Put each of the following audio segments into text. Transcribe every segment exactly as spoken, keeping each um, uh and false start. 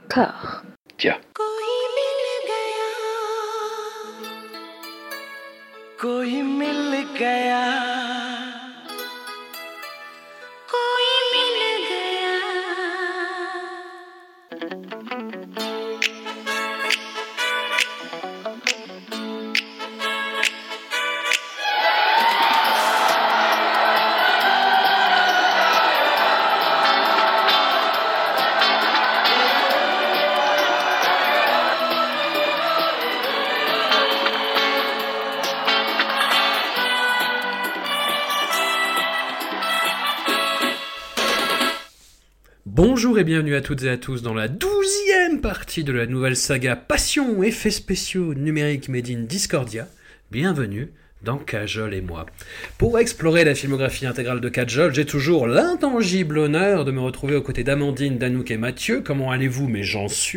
cœur. Tiens. कोई मिल गया कोई मिल गया Bonjour et bienvenue à toutes et à tous dans la douzième partie de la nouvelle saga Passion, effets spéciaux numériques made in Discordia. Bienvenue dans Kajol et moi. Pour explorer la filmographie intégrale de Kajol, j'ai toujours l'intangible honneur de me retrouver aux côtés d'Amandine, d'Anouk et Mathieu. Comment allez-vous mes gens sûrs ?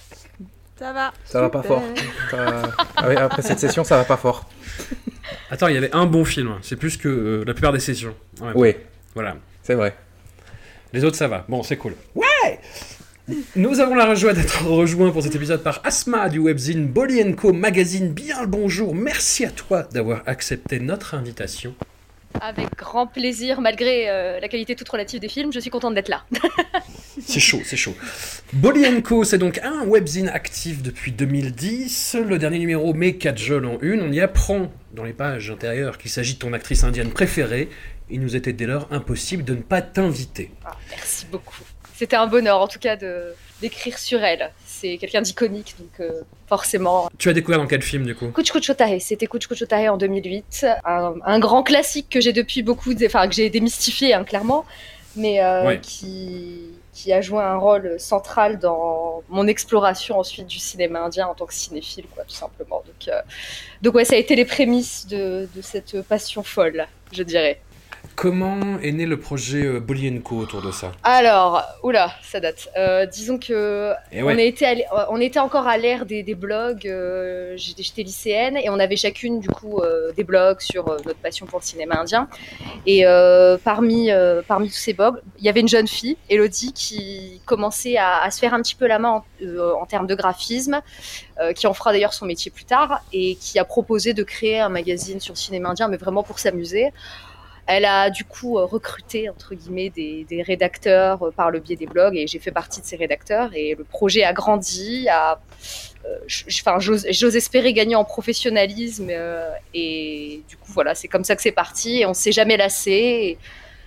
Ça va. Ça va pas fort. Ça... Ah oui, après cette session, ça va pas fort. Attends, il y avait un bon film, hein. C'est plus que euh, la plupart des sessions. Ouais, oui. Voilà. C'est vrai. Les autres, ça va. Bon, c'est cool. Ouais. Nous avons la joie d'être rejoints pour cet épisode par Asma du webzine Bolly and Co Magazine. Bien le bonjour. Merci à toi d'avoir accepté notre invitation. Avec grand plaisir, malgré euh, la qualité toute relative des films, je suis contente d'être là. C'est chaud, c'est chaud. Bolly and Co, c'est donc un webzine actif depuis deux mille dix. Le dernier numéro met Kajol en une. On y apprend dans les pages intérieures qu'il s'agit de ton actrice indienne préférée. Il nous était dès lors impossible de ne pas t'inviter. Ah, merci beaucoup. C'était un bonheur, en tout cas, de, d'écrire sur elle. C'est quelqu'un d'iconique, donc euh, forcément... Tu as découvert dans quel film, du coup ? Kuch Kuch Hotahe. C'était Kuch Kuch Hotahe en deux mille huit. Un, un grand classique que j'ai depuis beaucoup... Dé... Enfin, que j'ai démystifié, hein, clairement, mais euh, ouais. qui, qui a joué un rôle central dans mon exploration ensuite du cinéma indien en tant que cinéphile, quoi, tout simplement. Donc, euh, donc ouais, ça a été les prémices de, de cette passion folle, je dirais. Comment est né le projet euh, Bolly and Co autour de ça ? Alors, oula, ça date. Euh, disons que ouais. on, était allé, on était encore à l'ère des, des blogs. Euh, j'étais, j'étais lycéenne et on avait chacune du coup euh, des blogs sur euh, notre passion pour le cinéma indien. Et euh, parmi euh, parmi tous ces blogs, il y avait une jeune fille, Elodie, qui commençait à, à se faire un petit peu la main en, euh, en termes de graphisme, euh, qui en fera d'ailleurs son métier plus tard et qui a proposé de créer un magazine sur le cinéma indien, mais vraiment pour s'amuser. Elle a du coup recruté entre guillemets des, des rédacteurs par le biais des blogs et j'ai fait partie de ces rédacteurs et le projet a grandi, a, euh, enfin j'ose, j'ose espérer gagner en professionnalisme euh, et du coup voilà c'est comme ça que c'est parti et on s'est jamais lassé et,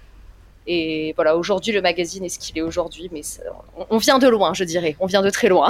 et voilà aujourd'hui le magazine est ce qu'il est aujourd'hui mais ça, on, on vient de loin je dirais, on vient de très loin.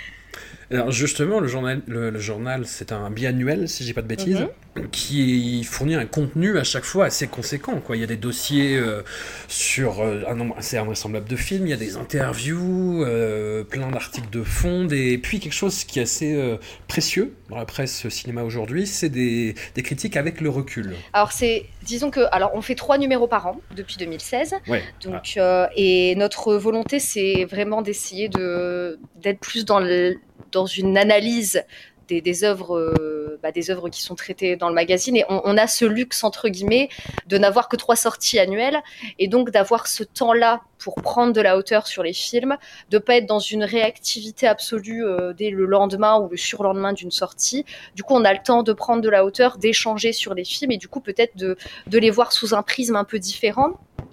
Alors justement, le journal, le, le journal, c'est un biannuel, si je dis pas de bêtises, mm-hmm. qui fournit un contenu à chaque fois assez conséquent, quoi. Il y a des dossiers euh, sur euh, un nombre assez invraisemblable de films, il y a des interviews, euh, plein d'articles de fond, et puis quelque chose qui est assez euh, précieux dans la presse cinéma aujourd'hui, c'est des, des critiques avec le recul. Alors c'est, disons que, alors on fait trois numéros par an depuis deux mille seize, ouais. donc ah. euh, et notre volonté c'est vraiment d'essayer de d'être plus dans le dans une analyse des, des œuvres, euh, bah, des œuvres qui sont traitées dans le magazine. Et on, on a ce luxe, entre guillemets, de n'avoir que trois sorties annuelles et donc d'avoir ce temps-là pour prendre de la hauteur sur les films, de ne pas être dans une réactivité absolue euh, dès le lendemain ou le surlendemain d'une sortie. Du coup, on a le temps de prendre de la hauteur, d'échanger sur les films et du coup, peut-être de, de les voir sous un prisme un peu différent.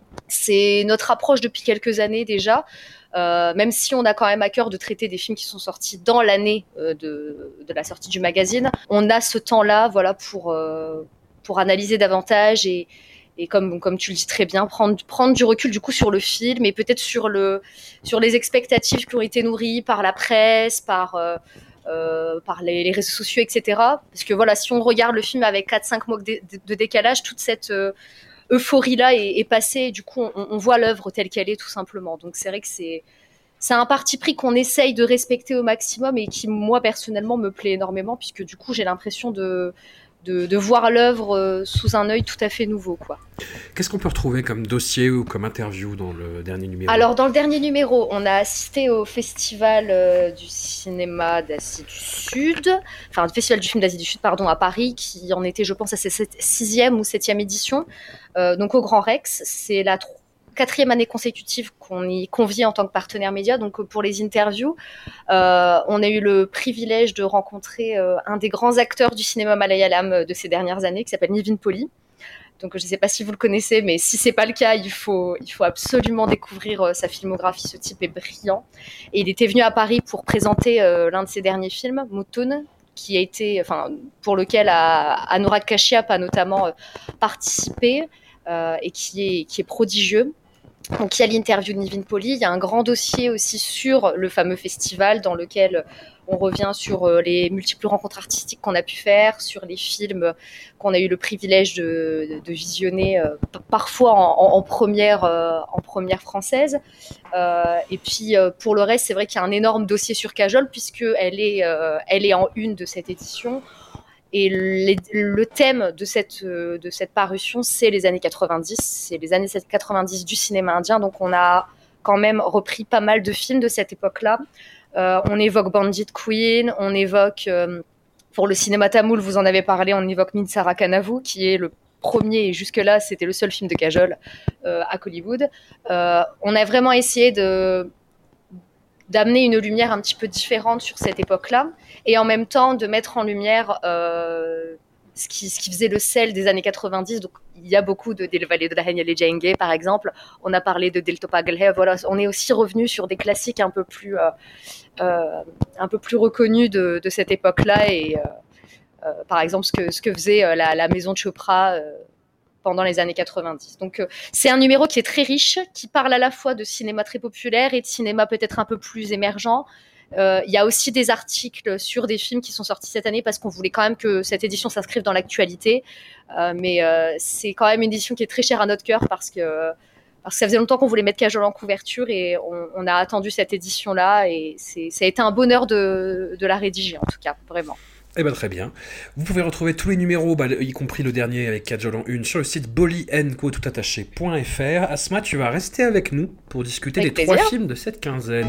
C'est notre approche depuis quelques années déjà. Euh, même si on a quand même à cœur de traiter des films qui sont sortis dans l'année euh, de, de la sortie du magazine, on a ce temps-là voilà, pour, euh, pour analyser davantage et, et comme, comme tu le dis très bien, prendre, prendre du recul du coup sur le film et peut-être sur, le, sur les expectatives qui ont été nourries par la presse, par... Euh, Euh, par les, les réseaux sociaux, et cetera. Parce que voilà, si on regarde le film avec quatre cinq mois de, de, de décalage, toute cette euh, euphorie-là est, est passée, et du coup, on, on voit l'œuvre telle qu'elle est, tout simplement. Donc, c'est vrai que c'est, c'est un parti pris qu'on essaye de respecter au maximum et qui, moi, personnellement, me plaît énormément, puisque du coup, j'ai l'impression de, de, de voir l'œuvre sous un œil tout à fait nouveau, quoi. Qu'est-ce qu'on peut retrouver comme dossier ou comme interview dans le dernier numéro ? Alors, dans le dernier numéro, on a assisté au festival euh, du cinéma d'Asie du Sud, enfin, le festival du film d'Asie du Sud, pardon, à Paris, qui en était, je pense, à sa sixième ou septième édition, euh, donc au Grand Rex. C'est la quatrième année consécutive qu'on y convie en tant que partenaire média. Donc pour les interviews, euh, on a eu le privilège de rencontrer euh, un des grands acteurs du cinéma malayalam de ces dernières années, qui s'appelle Nivin Pauly. Donc je ne sais pas si vous le connaissez, mais si c'est pas le cas, il faut, il faut absolument découvrir euh, sa filmographie. Ce type est brillant. Et il était venu à Paris pour présenter euh, l'un de ses derniers films, Mutun, qui a été, enfin, pour lequel Anurag Kashyap a notamment euh, participé euh, et qui est, qui est prodigieux. Donc il y a l'interview de Nivin Pauly, il y a un grand dossier aussi sur le fameux festival dans lequel on revient sur les multiples rencontres artistiques qu'on a pu faire, sur les films qu'on a eu le privilège de, de visionner euh, parfois en, en, première, euh, en première française. Euh, et puis euh, pour le reste, c'est vrai qu'il y a un énorme dossier sur Kajol puisqu'elle est, euh, elle est en une de cette édition. Et les, le thème de cette, de cette parution, c'est les années quatre-vingt-dix, c'est les années quatre-vingt-dix du cinéma indien. Donc on a quand même repris pas mal de films de cette époque-là. Euh, on évoque Bandit Queen, on évoque, euh, pour le cinéma tamoul, vous en avez parlé, on évoque Minsara Kanavu, qui est le premier, et jusque-là, c'était le seul film de Kajol euh, à Hollywood. Euh, on a vraiment essayé de... d'amener une lumière un petit peu différente sur cette époque-là, et en même temps de mettre en lumière euh, ce, qui, ce qui faisait le sel des années quatre-vingt-dix. Donc, il y a beaucoup de Del Valle de la Hanyale Jenge, par exemple. On a parlé de Del Topagelhe. Voilà, on est aussi revenu sur des classiques un peu plus, euh, euh, un peu plus reconnus de, de cette époque-là, et euh, euh, par exemple ce que, ce que faisait euh, la, la maison de Chopra euh, pendant les années quatre-vingt-dix. Donc euh, c'est un numéro qui est très riche, qui parle à la fois de cinéma très populaire et de cinéma peut-être un peu plus émergent. Euh, il y a aussi des articles sur des films qui sont sortis cette année parce qu'on voulait quand même que cette édition s'inscrive dans l'actualité. Euh, mais euh, c'est quand même une édition qui est très chère à notre cœur parce que, parce que ça faisait longtemps qu'on voulait mettre Kajol en couverture et on, on a attendu cette édition-là et c'est, ça a été un bonheur de, de la rédiger en tout cas, vraiment. Eh ben très bien. Vous pouvez retrouver tous les numéros, bah, y compris le dernier avec Kajol en une, sur le site bolly and co toutattaché point f r. Asma, tu vas rester avec nous pour discuter avec des plaisir. trois films de cette quinzaine.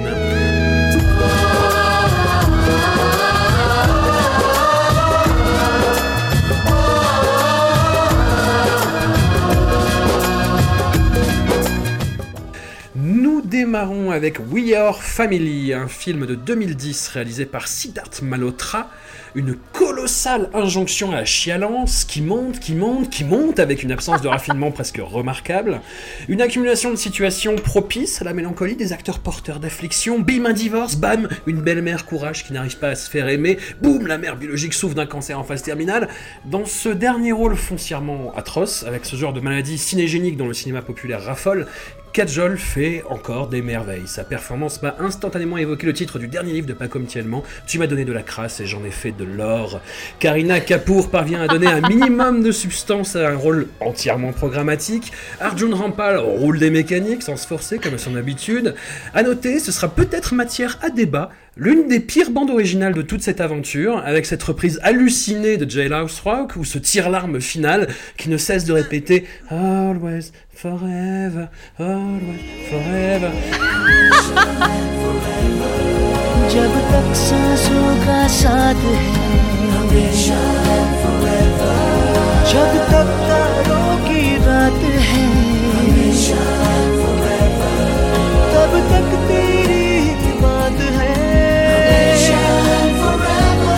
Nous démarrons avec We Are Family, un film de deux mille dix réalisé par Siddharth Malhotra, une colossale injonction à la chialance qui monte, qui monte, qui monte avec une absence de raffinement presque remarquable, une accumulation de situations propices à la mélancolie des acteurs porteurs d'affliction, bim un divorce, bam une belle-mère courage qui n'arrive pas à se faire aimer, boum la mère biologique souffre d'un cancer en phase terminale. Dans ce dernier rôle foncièrement atroce, avec ce genre de maladie cinégénique dont le cinéma populaire raffole, Kajol fait encore des merveilles. Sa performance m'a instantanément évoqué le titre du dernier livre de Paco Mtielman, Tu m'as donné de la crasse et j'en ai fait de l'or. Karina Kapoor parvient à donner un minimum de substance à un rôle entièrement programmatique. Arjun Rampal roule des mécaniques sans se forcer comme à son habitude. À noter, ce sera peut-être matière à débat, l'une des pires bandes originales de toute cette aventure, avec cette reprise hallucinée de Jailhouse Rock ou ce tire-larme final qui ne cesse de répéter Always, forever, always, forever. जब तक सांसों का साथ है हमेशा forever जब तक तारों की रात है हमेशा forever तब तक तेरी ही बात है हमेशा forever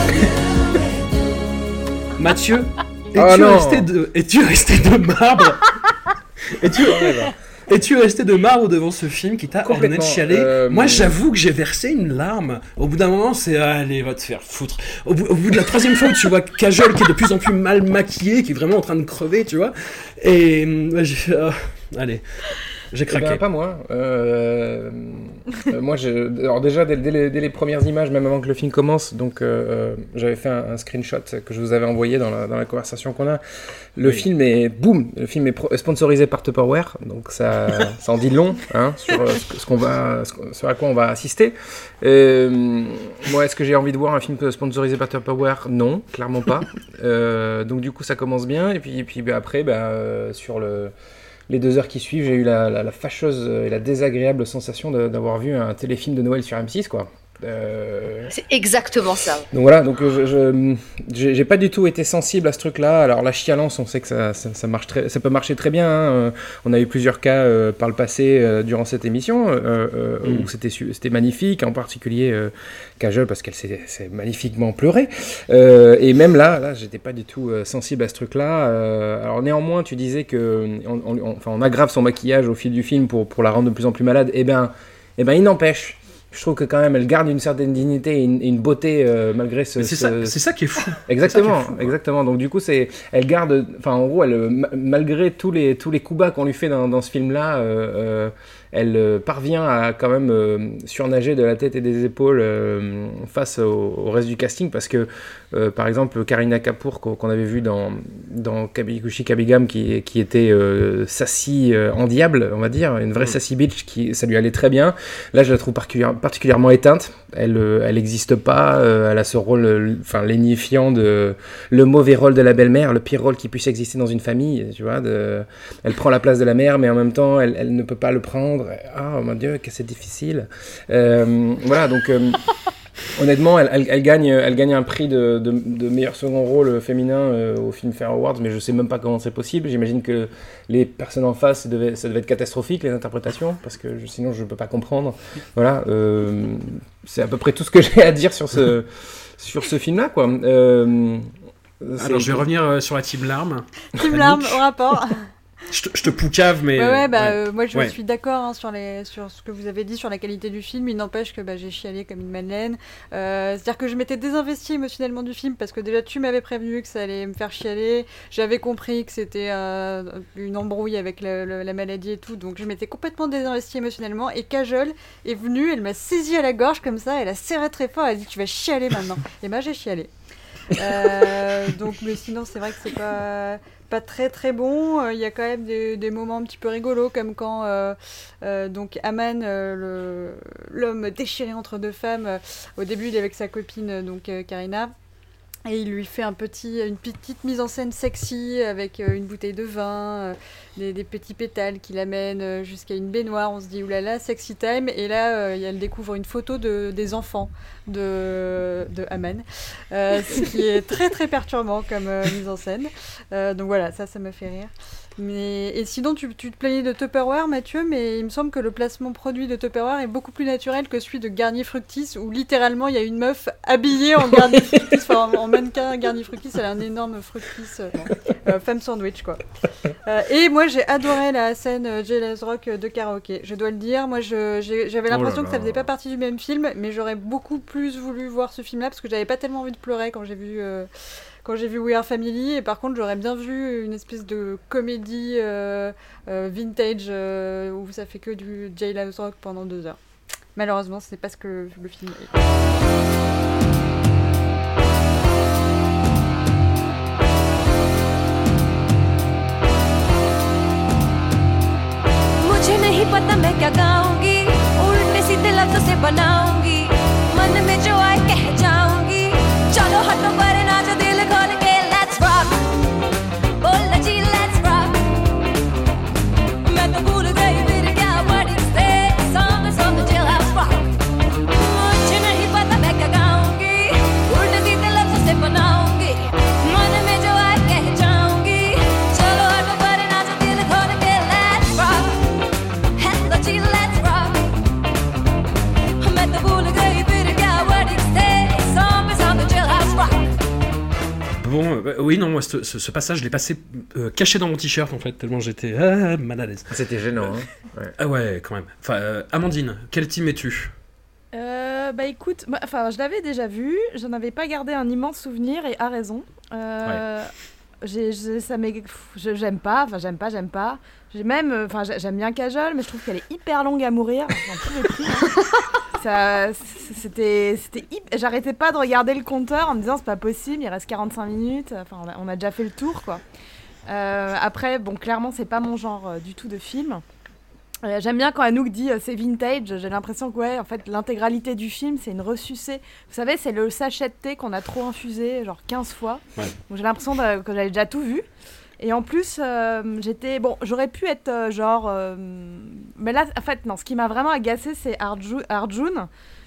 Mathieu, Oh es-tu non. resté de, es-tu resté de marbre Es-tu Es-tu resté de marbre devant ce film qui t'a ordonné de Complètement, chialer euh, Moi, mais- j'avoue que j'ai versé une larme. Au bout d'un moment, c'est allez, va te faire foutre. Au bout, au bout de la troisième fois où tu vois Kajol qui est de plus en plus mal maquillée, qui est vraiment en train de crever, tu vois. Et ouais, j'ai fait, ah, allez, j'ai Eh craqué. ben, pas moi. Euh, euh, moi, je... alors déjà dès, dès les, dès les premières images, même avant que le film commence, donc euh, j'avais fait un, un screenshot que je vous avais envoyé dans la, dans la conversation qu'on a. Le Oui. film est boum, le film est pro- sponsorisé par Tupperware, donc ça, ça en dit long hein, sur euh, ce, que- ce qu'on va, ce, qu'on- ce à quoi on va assister. Euh, moi, est-ce que j'ai envie de voir un film sponsorisé par Tupperware ? Non, clairement pas. Euh, donc du coup, ça commence bien, et puis, et puis bah, après, bah, euh, sur le les deux heures qui suivent, j'ai eu la, la, la fâcheuse et la désagréable sensation de- d'avoir vu un téléfilm de Noël sur M six, quoi. Euh... C'est exactement ça. Donc voilà, donc je, je j'ai, j'ai pas du tout été sensible à ce truc-là. Alors la chialance, on sait que ça, ça, ça marche très, ça peut marcher très bien. Hein. On a eu plusieurs cas euh, par le passé euh, durant cette émission euh, euh, mm. où c'était c'était magnifique, en particulier euh, Kajol parce qu'elle s'est, s'est magnifiquement pleurée. Euh, et même là, là, j'étais pas du tout euh, sensible à ce truc-là. Euh, alors néanmoins, tu disais que on, on, on, enfin, on aggrave son maquillage au fil du film pour pour la rendre de plus en plus malade. Eh ben, eh ben, il n'empêche. Je trouve que quand même elle garde une certaine dignité et une, et une beauté euh, malgré ce. Mais c'est, ce... Ça, c'est ça qui est fou. Exactement, c'est fou, exactement. Donc du coup c'est, elle garde, enfin en gros elle, malgré tous les tous les coups bas qu'on lui fait dans, dans ce film-là, euh, euh, elle euh, parvient à quand même euh, surnager de la tête et des épaules euh, face au, au reste du casting parce que euh, par exemple Kareena Kapoor qu'on, qu'on avait vu dans dans Kabikushi Kabigam qui qui était euh, sassy euh, en diable, on va dire, une vraie mmh. sassy bitch qui ça lui allait très bien. Là je la trouve particulièrement particulièrement éteinte, elle euh, elle existe pas, euh, elle a ce rôle enfin euh, lénifiant de le mauvais rôle de la belle-mère, le pire rôle qui puisse exister dans une famille, tu vois, de, elle prend la place de la mère mais en même temps elle, elle ne peut pas le prendre. Ah oh, mon Dieu que c'est difficile. Euh, voilà donc euh, honnêtement elle, elle, elle gagne elle gagne un prix de, de, de meilleur second rôle féminin euh, au Filmfare Awards, mais je sais même pas comment c'est possible. J'imagine que les personnes en face ça devait, ça devait être catastrophique les interprétations parce que je, sinon je peux pas comprendre. Voilà euh, c'est à peu près tout ce que j'ai à dire sur ce sur ce film là quoi. Euh, alors je vais revenir sur la team larme. Team larme au rapport. Je te, je te poucave, mais... Ouais, ouais, bah, ouais. Euh, moi je ouais. suis d'accord hein, sur, les, sur ce que vous avez dit sur la qualité du film. Il n'empêche que bah, j'ai chialé comme une madeleine. Euh, c'est-à-dire que je m'étais désinvestie émotionnellement du film parce que déjà tu m'avais prévenu que ça allait me faire chialer. J'avais compris que c'était euh, une embrouille avec la, la, la maladie et tout. Donc je m'étais complètement désinvestie émotionnellement. Et Kajol est venue, elle m'a saisie à la gorge comme ça. Elle a serré très fort, elle a dit tu vas chialer maintenant. Et bah j'ai chialé. euh, donc, mais sinon c'est vrai que c'est pas... pas très très bon. Il euh, y a quand même des, des moments un petit peu rigolos comme quand euh, euh, donc Aman, euh, le, l'homme déchiré entre deux femmes, euh, au début il est avec sa copine donc euh, Kareena et il lui fait un petit, une petite mise en scène sexy avec euh, une bouteille de vin, euh, des, des petits pétales qui l'amènent euh, jusqu'à une baignoire. On se dit oulala, sexy time. Et là, euh, elle découvre une photo de, des enfants de, de Aman, euh, ce qui est très très perturbant comme euh, mise en scène. Euh, donc voilà, ça, ça me fait rire. Mais, et sinon, tu, tu te plaignais de Tupperware, Mathieu, mais il me semble que le placement produit de Tupperware est beaucoup plus naturel que celui de Garnier Fructis, où littéralement il y a une meuf habillée en Garnier Fructis, enfin en, en mannequin Garnier Fructis, elle a un énorme Fructis, euh, euh, femme sandwich quoi. Euh, et moi j'ai adoré la scène euh, Jailhouse Rock de karaoké, je dois le dire. Moi je, j'ai, j'avais l'impression oh là là. que ça faisait pas partie du même film, mais j'aurais beaucoup plus voulu voir ce film-là parce que j'avais pas tellement envie de pleurer quand j'ai vu. Euh, Quand j'ai vu We Are Family, et par contre j'aurais bien vu une espèce de comédie euh, euh, vintage euh, où ça fait que du Jailhouse Rock pendant deux heures. Malheureusement, c'est pas ce que le film est. मुझे नहीं पता मैं क्या गाऊंगी, उल्टे सीधे लफ्ज़ों से बनाऊंगी, मन में जो आए कह जाऊंगी, चलो हटो पर नाचो दिल खोल के let's rock, बोलो जी let's rock, मैं तो भूल गई फिर क्या what is this song is on the Jailhouse Rock, मुझे नहीं पता मैं क्या गाऊंगी, उल्टे सीधे लफ्ज़ों से बनाऊंगी, मन में जो आए कह जाऊंगी, चलो हटो पर नाचो दिल खोल के let's rock, hello जी let's rock, मैं तो भूल गई फिर क्या what is this song is on the Jailhouse Rock. Bon, euh, oui, non, moi, ce, ce, ce passage, je l'ai passé euh, caché dans mon t-shirt, en fait, tellement j'étais ah, mal à l'aise. C'était gênant, hein. Ouais. Ah ouais, quand même. Enfin, euh, Amandine, quel team es-tu ? Euh, bah écoute, moi, enfin, je l'avais déjà vu, j'en avais pas gardé un immense souvenir et à raison. Euh, ouais. j'ai, j'ai, ça m'est, je, j'aime pas, enfin j'aime pas, j'aime pas. J'ai même, enfin j'aime bien Kajol, mais je trouve qu'elle est hyper longue à mourir. J'en pouvais plus. Hein. Ça, c'était, c'était hyper... J'arrêtais pas de regarder le compteur en me disant c'est pas possible, il reste quarante-cinq minutes. Enfin, on a, on a déjà fait le tour, quoi. Euh, après, bon, clairement, c'est pas mon genre euh, du tout de film. Euh, j'aime bien quand Anouk dit euh, c'est vintage. J'ai l'impression que ouais, en fait, l'intégralité du film, c'est une ressucée. Vous savez, c'est le sachet de thé qu'on a trop infusé, genre quinze fois. Ouais. Donc, j'ai l'impression de, que j'avais déjà tout vu. Et en plus, euh, j'étais... Bon, j'aurais pu être euh, genre... Euh, mais là, en fait, non, ce qui m'a vraiment agacée, c'est Arju- Arjun,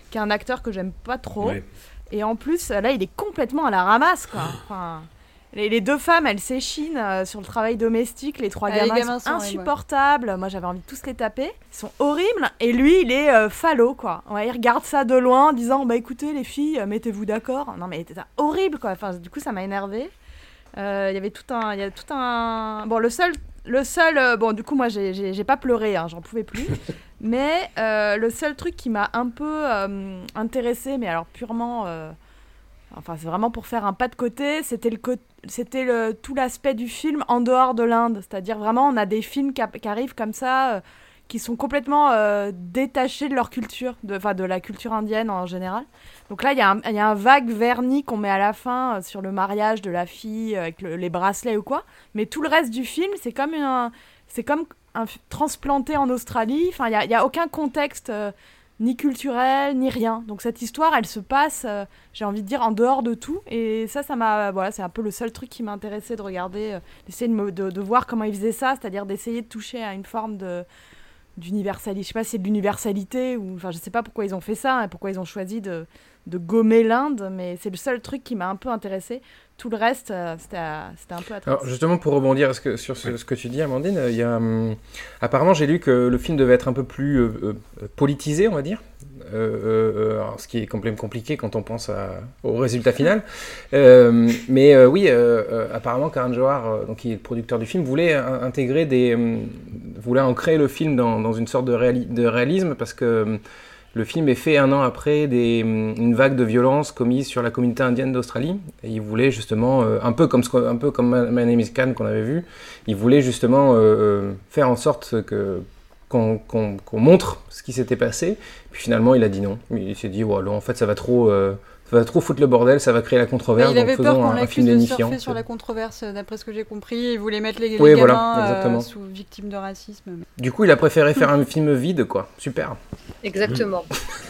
qui est un acteur que j'aime pas trop. Ouais. Et en plus, là, il est complètement à la ramasse, quoi. Enfin, les, les deux femmes, elles s'échinent euh, sur le travail domestique. Les trois Ah, les gamins, gamins sont sont insupportables. Moi, j'avais envie de tous les taper. Ils sont horribles. Et lui, il est euh, falot, quoi. Ouais, il regarde ça de loin en disant, bah écoutez, les filles, euh, mettez-vous d'accord. Non, mais c'était horrible, quoi. Enfin, du coup, ça m'a énervé. Euh, Il y avait tout un, il y a tout un. Bon, le seul, le seul. euh, bon, du coup, moi, j'ai, j'ai, j'ai pas pleuré, hein, j'en pouvais plus. Mais euh, le seul truc qui m'a un peu euh, intéressée, mais alors purement, euh, enfin, c'est vraiment pour faire un pas de côté, c'était le, co- c'était le tout l'aspect du film en dehors de l'Inde. C'est-à-dire vraiment, on a des films qui, a- qui arrivent comme ça, euh, qui sont complètement euh, détachés de leur culture, de, enfin, de la culture indienne en général. Donc là, il y, a un- il y a un vague vernis qu'on met à la fin euh, sur le mariage de la fille euh, avec le- les bracelets ou quoi. Mais tout le reste du film, c'est comme un, c'est comme un f- transplanté en Australie. Enfin, il y a, il y a aucun contexte euh, ni culturel ni rien. Donc cette histoire, elle se passe, euh, j'ai envie de dire, en dehors de tout. Et ça, ça m'a, voilà, c'est un peu le seul truc qui m'a intéressé de regarder, euh, d'essayer de, me- de, de voir comment ils faisaient ça, c'est-à-dire d'essayer de toucher à une forme de d'universalité. Je sais pas si c'est de l'universalité ou, enfin, je sais pas pourquoi ils ont fait ça et pourquoi ils ont choisi de de gommer l'Inde, mais c'est le seul truc qui m'a un peu intéressé. Tout le reste, euh, c'était, euh, c'était un peu Alors attractif. justement pour rebondir ce que- sur ce, ce que tu dis Amandine, il y a, hum, apparemment j'ai lu que le film devait être un peu plus euh, euh, politisé on va dire, euh, euh, alors, ce qui est complètement compliqué quand on pense à- au résultat final. Euh, mais euh, oui, euh, euh, apparemment Karan Johar, euh, donc, qui est le producteur du film, voulait in- intégrer des, hum, voulait ancrer le film dans, dans une sorte de, réali- de réalisme parce que hum, le film est fait un an après des, une vague de violence commise sur la communauté indienne d'Australie. Et il voulait justement, euh, un peu comme, ce qu'on- un peu comme My Name is Khan qu'on avait vu, il voulait justement euh, faire en sorte que, qu'on, qu'on, qu'on montre ce qui s'était passé. Puis finalement, il a dit non. Il s'est dit, oh, là, en fait, ça va trop... euh, ça va trop foutre le bordel, ça va créer la Bah, controverse, il donc avait faisons peur qu'on un, un l'accuse film de lénifiant. surfer sur la controverse, euh, d'après ce que j'ai compris. Il voulait mettre les, les Oui, gamins voilà, euh, exactement. sous victimes de racisme. Du coup, il a préféré faire un film vide, quoi. Super. Exactement.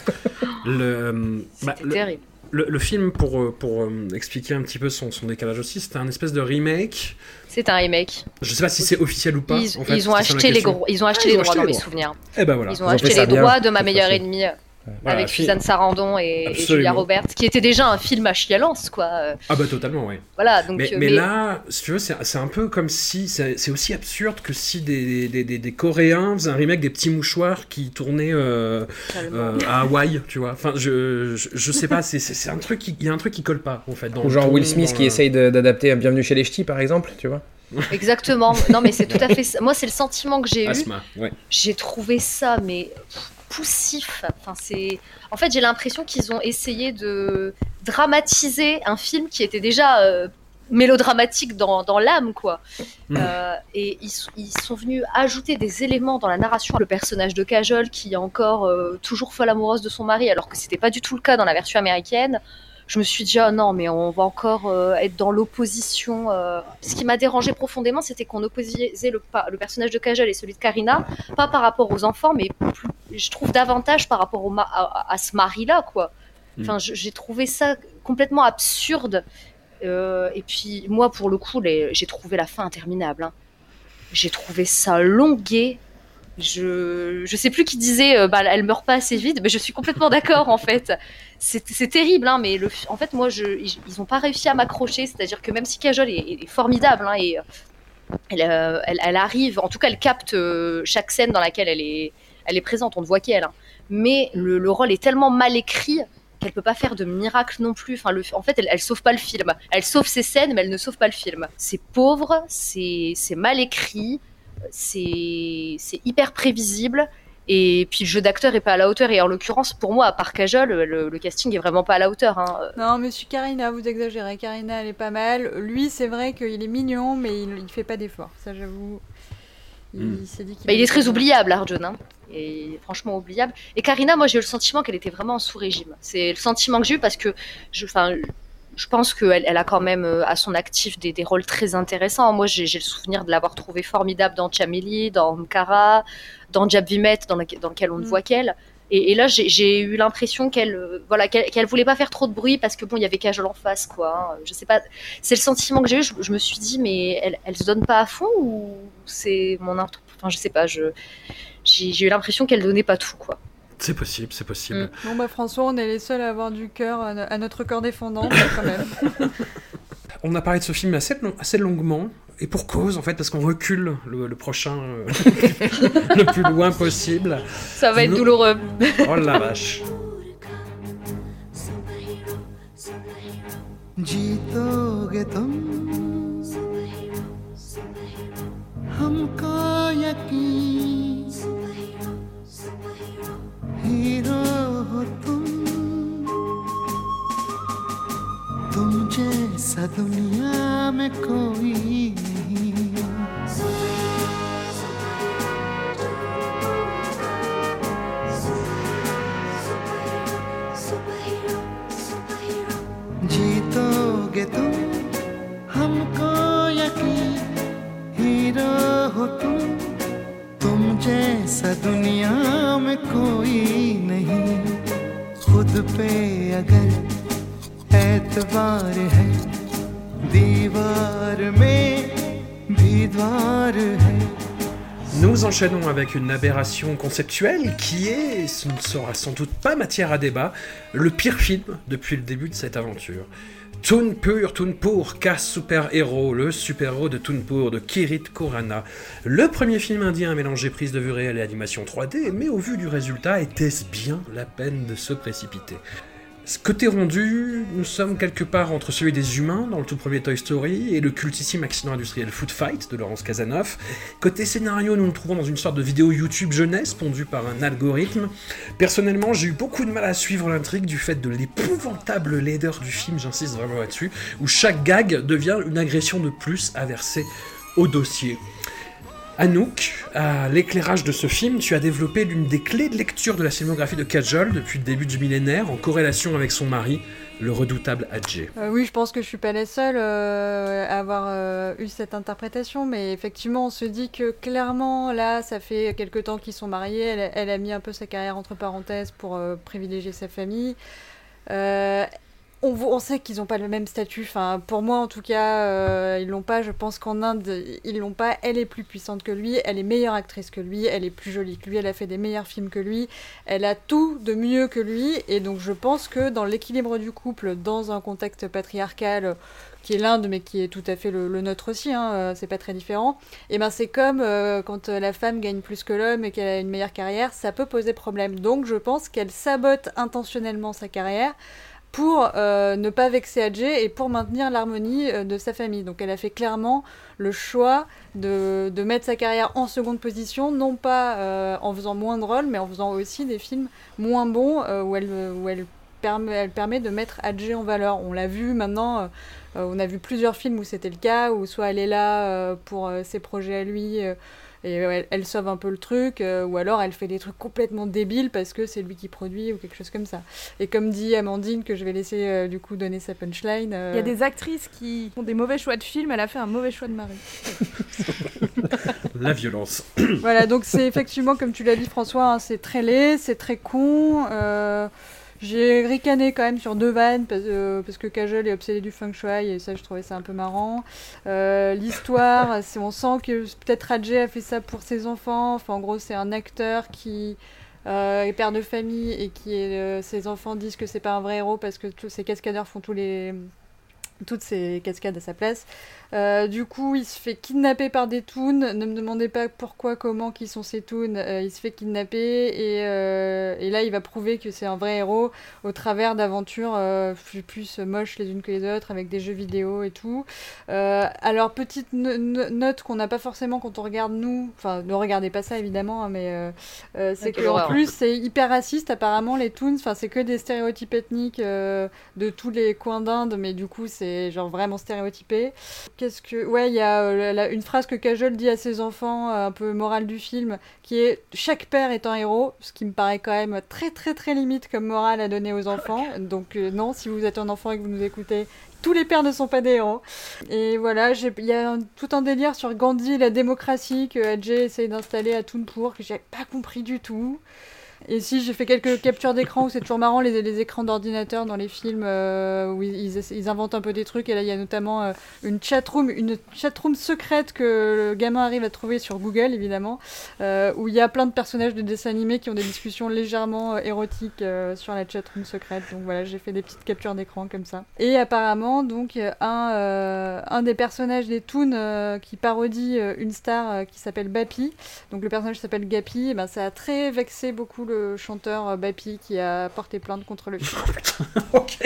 Le, euh, bah, C'était le- terrible. Le, le film, pour, euh, pour euh, expliquer un petit peu son, son décalage aussi, c'était un espèce de remake. C'est un remake. Je sais pas si c'est officiel ou pas. Ils, en fait, ils ont c'était ça ma acheté les question. gros, ils ont acheté Ah, ils les ont droits acheté dans les mes droits. souvenirs. Eh ben voilà. Ils ont Ils ont acheté fait ça les bien, droits de ma cette meilleure fois-ci. ennemie Voilà, avec fi- Suzanne Sarandon et, et Absolument. Julia Roberts, qui était déjà un film à chialance, quoi. Euh, Ah bah totalement, ouais. Voilà, donc. Mais, euh, mais là, si tu veux, c'est c'est un peu comme si... C'est c'est aussi absurde que si des, des, des, des Coréens faisaient un remake des Petits Mouchoirs qui tournaient euh, euh, à Hawaï, tu vois. Enfin, je, je, je sais pas, c'est- c'est c'est un truc qui... Il y a un truc qui colle pas, en fait. Dans Ou le genre ton, Will Smith dans qui le- essaye de- d'adapter à Bienvenue chez les Ch'tis, par exemple, tu vois. Exactement. Non, mais c'est tout à fait ça. Moi, c'est le sentiment que j'ai eu. Asma, ouais. J'ai trouvé ça, mais pff, poussif. Enfin, c'est. En fait, j'ai l'impression qu'ils ont essayé de dramatiser un film qui était déjà euh, mélodramatique dans, dans l'âme, quoi. Mm. Euh, et ils, sont- ils sont venus ajouter des éléments dans la narration. Le personnage de Kajol, qui est encore euh, toujours folle amoureuse de son mari, alors que c'était pas du tout le cas dans la version américaine. Je me suis dit, oh non, mais on va encore euh, être dans l'opposition. euh. Ce qui m'a dérangé profondément, c'était qu'on opposait le, pa- le personnage de Kajol et celui de Karina, pas par rapport aux enfants, mais plus- je trouve davantage par rapport au ma- à, à ce mari-là, quoi. Enfin, je- j'ai trouvé ça complètement absurde. Euh, et puis, moi, pour le coup, les- j'ai trouvé la fin interminable. hein. J'ai trouvé ça longué. Je je sais plus qui disait euh, bah elle meurt pas assez vite, mais je suis complètement d'accord en fait. C'est c'est terrible hein, mais le en fait moi je ils, ils ont pas réussi à m'accrocher, c'est-à-dire que même si Kajol est, est- est formidable hein, et euh, elle, euh, elle elle arrive, en tout cas elle capte euh, chaque scène dans laquelle elle est elle est présente, on ne voit qu'elle hein. Mais le, le rôle est tellement mal écrit qu'elle peut pas faire de miracle non plus. Enfin, le, en fait, elle, elle sauve pas le film. Elle sauve ses scènes, mais elle ne sauve pas le film. C'est pauvre, c'est c'est mal écrit, c'est c'est hyper prévisible. Et puis le jeu d'acteur est pas à la hauteur. Et en l'occurrence, pour moi, à part Kajol, le, le casting est vraiment pas à la hauteur. Hein. Non, monsieur Karina, vous exagérez. Karina, elle est pas mal. Lui, c'est vrai qu'il est mignon, mais il, il fait pas d'efforts. Ça, j'avoue. Il Mm. s'est dit qu'il Bah, il est allait très faire- oubliable, Arjun. Hein. Et il est franchement oubliable. Et Karina, moi, j'ai eu le sentiment qu'elle était vraiment en sous-régime. C'est le sentiment que j'ai eu parce que, je, enfin, je pense qu'elle elle a quand même euh, à son actif des, des rôles très intéressants. Moi, j'ai j'ai le souvenir de l'avoir trouvée formidable dans Chameli, dans Mkara, dans Jab Vimet, dans, le- dans lequel on ne Mm. voit qu'elle. Et, et là, j'ai j'ai eu l'impression qu'elle, euh, voilà, qu'elle qu'elle voulait pas faire trop de bruit parce que bon, il y avait Kajol en face, quoi. hein. Je sais pas. C'est le sentiment que j'ai eu. Je, je me suis dit, mais elle, elle se donne pas à fond ou c'est mon int- Enfin, je sais pas. Je j'ai j'ai eu l'impression qu'elle donnait pas tout, quoi. C'est possible, c'est possible. Mm. Bon bah François, on est les seuls à avoir du cœur à, à notre corps défendant, mais quand même. On a parlé de ce film assez, long- assez longuement, et pour cause, en fait, parce qu'on recule le, le prochain euh, le plus loin possible. Ça va être Nous- douloureux. Oh la vache. जीतोगे तुम हमको यकीन हीरो हो तुम तुम जैसा दुनिया में कोई नहीं जीतोगे तुम हमको यकीन हीरो हो तुम तुम जैसा दुनिया में कोई नहीं खुद पे अगर एतबार है दीवार में भी द्वार है Nous enchaînons avec une aberration conceptuelle qui est, ce ne sera sans doute pas matière à débat, le pire film depuis le début de cette aventure. Toonpur Toonpur, Ka Super-Héros, le super-héros de Toonpur de Kirit Khorana. Le premier film indien à mélanger prise de vue réelle et animation trois D, mais au vu du résultat, était-ce bien la peine de se précipiter ? Côté rendu, nous sommes quelque part entre celui des humains dans le tout premier Toy Story et le cultissime accident industriel Food Fight de Laurence Casanov. Côté scénario, nous nous trouvons dans une sorte de vidéo YouTube jeunesse pondue par un algorithme. Personnellement, j'ai eu beaucoup de mal à suivre l'intrigue du fait de l'épouvantable laideur du film, j'insiste vraiment là-dessus, où chaque gag devient une agression de plus à verser au dossier. Anouk, à l'éclairage de ce film, tu as développé l'une des clés de lecture de la filmographie de Kajol depuis le début du millénaire, en corrélation avec son mari, le redoutable Ajay. Euh, oui, je pense que je suis pas la seule euh, à avoir euh, eu cette interprétation, mais effectivement, on se dit que clairement, là, ça fait quelque temps qu'ils sont mariés, elle, elle a mis un peu sa carrière entre parenthèses pour euh, privilégier sa famille. Euh, On, on sait qu'ils n'ont pas le même statut, enfin, pour moi en tout cas, euh, ils l'ont pas. Je pense qu'en Inde, ils l'ont pas. Elle est plus puissante que lui, elle est meilleure actrice que lui, elle est plus jolie que lui, elle a fait des meilleurs films que lui, elle a tout de mieux que lui, et donc je pense que dans l'équilibre du couple, dans un contexte patriarcal qui est l'Inde, mais qui est tout à fait le, le nôtre aussi, hein, euh, c'est pas très différent, et ben c'est comme euh, quand la femme gagne plus que l'homme et qu'elle a une meilleure carrière, ça peut poser problème. Donc je pense qu'elle sabote intentionnellement sa carrière pour euh, ne pas vexer Ajay et pour maintenir l'harmonie euh, de sa famille. Donc elle a fait clairement le choix de, de mettre sa carrière en seconde position, non pas euh, en faisant moins de rôles, mais en faisant aussi des films moins bons euh, où, elle, où elle, permet, elle permet de mettre Ajay en valeur. On l'a vu maintenant, euh, on a vu plusieurs films où c'était le cas, où soit elle est là euh, pour euh, ses projets à lui, euh, et elle, elle sauve un peu le truc, euh, ou alors elle fait des trucs complètement débiles parce que c'est lui qui produit ou quelque chose comme ça. Et comme dit Amandine, que je vais laisser euh, du coup donner sa punchline. euh, Il y a des actrices qui font des mauvais choix de film, elle a fait un mauvais choix de mari. La violence. Voilà, donc c'est effectivement, comme tu l'as dit François, hein, c'est très laid, c'est très con. Euh, j'ai ricané quand même sur deux vannes parce, euh, parce que Kajol est obsédée du feng shui et ça je trouvais ça un peu marrant. Euh, l'histoire, c'est, on sent que peut-être Ajay a fait ça pour ses enfants. Enfin en gros c'est un acteur qui euh, est père de famille et qui est, euh, ses enfants disent que c'est pas un vrai héros parce que tous ces cascadeurs font tous les... toutes ces cascades à sa place. Euh, du coup, il se fait kidnapper par des toons. Ne me demandez pas pourquoi, comment, qui sont ces toons. Euh, il se fait kidnapper et, euh, et là, il va prouver que c'est un vrai héros au travers d'aventures euh, plus, plus moches les unes que les autres, avec des jeux vidéo et tout. Euh, alors, petite no- no- note qu'on n'a pas forcément quand on regarde nous. Enfin, ne regardez pas ça évidemment, hein, mais euh, euh, c'est quelle qu'en horreur. plus, c'est hyper raciste apparemment les toons. Enfin, c'est que des stéréotypes ethniques euh, de tous les coins d'Inde, mais du coup, c'est genre vraiment stéréotypé. Qu'est-ce que... Ouais, il y a euh, la- une phrase que Kajol dit à ses enfants, euh, un peu morale du film, qui est « Chaque père est un héros », ce qui me paraît quand même très très très limite comme morale à donner aux enfants. Donc euh, non, si vous êtes un enfant et que vous nous écoutez, tous les pères ne sont pas des héros. Et voilà, j'ai- il y a un- tout un délire sur Gandhi et la démocratie que Ajay essaye d'installer à Toonpur, que j'ai pas compris du tout. Et si j'ai fait quelques captures d'écran où c'est toujours marrant les, les écrans d'ordinateur dans les films euh, où ils, ils, ils inventent un peu des trucs et là il y a notamment euh, une chatroom une chatroom secrète que le gamin arrive à trouver sur Google évidemment euh, où il y a plein de personnages de dessins animés qui ont des discussions légèrement euh, érotiques euh, sur la chatroom secrète. Donc voilà, j'ai fait des petites captures d'écran comme ça. Et apparemment donc un euh, un des personnages des Toons euh, qui parodie euh, une star euh, qui s'appelle Bappy. Donc le personnage s'appelle Gappy, et ben ça a très vexé beaucoup le le chanteur euh, Bappy qui a porté plainte contre le film. Ok.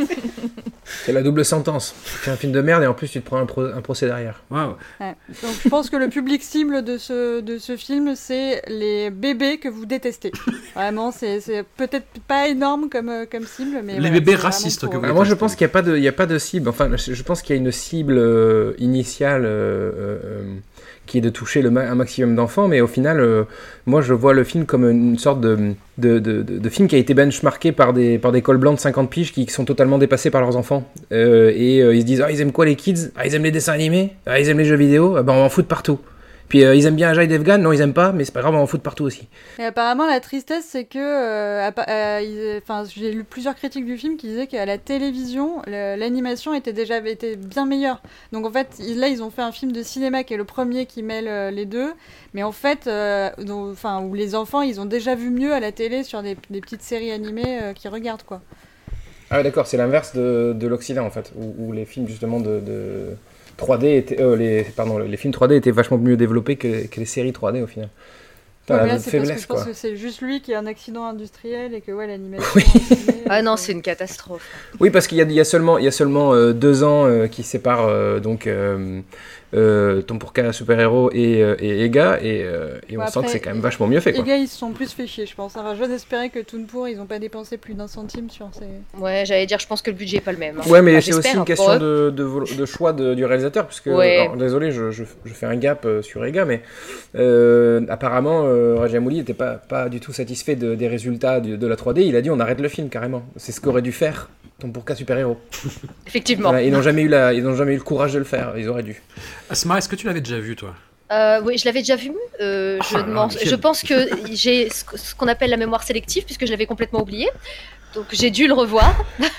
C'est la double sentence. Tu fais un film de merde et en plus tu te prends un, pro- un procès derrière. Wow. Ouais. Donc je pense que le public cible de ce, de ce film, c'est les bébés que vous détestez. Vraiment, c'est, c'est peut-être pas énorme comme, euh, comme cible, mais... Les voilà, bébés c'est vraiment racistes pour- que vous Alors moi je pense qu'il n'y a, pas de- il y a pas de cible, enfin je je pense qu'il y a une cible euh, initiale euh, euh, qui est de toucher le ma- un maximum d'enfants, mais au final euh, moi je vois le film comme une sorte de, de, de, de, de film qui a été benchmarké par des, par des cols blancs de cinquante piges qui sont totalement dépassés par leurs enfants. Euh, et euh, ils se disent ah ils aiment quoi les kids? Ah ils aiment les dessins animés? Ah ils aiment les jeux vidéo? Ah ben on va en foutre partout. Puis euh, ils aiment bien Ajay Devgan? Non ils aiment pas, mais c'est pas grave on va en foutre partout aussi. Et apparemment, la tristesse, c'est que... euh, appa- euh, ils- enfin, j'ai lu plusieurs critiques du film qui disaient qu'à la télévision, le- l'animation était déjà avait été bien meilleure. Donc en fait, ils- là, ils ont fait un film de cinéma qui est le premier qui mêle euh, les deux. Mais en fait, euh, donc, enfin, où les enfants, ils ont déjà vu mieux à la télé sur des, des petites séries animées euh, qu'ils regardent, quoi. Ah ouais, d'accord, c'est l'inverse de, de l'Occident en fait, où, où les films justement de, de trois D étaient, euh, les, pardon, les films trois D étaient vachement mieux développés que, que les séries trois D au final. Putain, Ouais, la mais là, notre c'est parce que faiblesse je pense quoi. que c'est juste lui qui a un accident industriel et que ouais, l'animation... Oui. animée, Ah non, euh, c'est une catastrophe. Oui, parce qu'il y a, il y a seulement, il y a seulement euh, deux ans euh, qui séparent euh, donc euh, euh, Tom Pourka super-héros et, euh, et Ega, et, euh, et on Ouais, sent que après, c'est quand même vachement mieux fait Les quoi. gars, ils se sont plus fait chier, je pense. Enfin, j'ose espérer que Toonpour, ils ont pas dépensé plus d'un centime sur ces... Ouais, j'allais dire, je pense que le budget est pas le même. hein. Ouais, mais Enfin, c'est aussi j'espère, une pour question eux. de, de, vol- de choix de- du réalisateur, parce que, Ouais. alors, désolé, je, je, je fais un gap euh, sur Ega, mais euh, apparemment, euh, Rajamouli n'était pas, pas du tout satisfait de- des résultats du- de la trois D. Il a dit on arrête le film carrément. C'est ce qu'aurait dû faire Tom Pourka super-héros. Effectivement. Voilà, ils n'ont jamais eu la, ils n'ont jamais eu le courage de le faire. Ils auraient dû. Asma, est-ce que tu l'avais déjà vu, toi? Euh, oui, je l'avais déjà vu. Euh, je, Ah, demande- nickel. je pense que j'ai ce ce qu'on appelle la mémoire sélective, puisque je l'avais complètement oublié. Donc j'ai dû le revoir.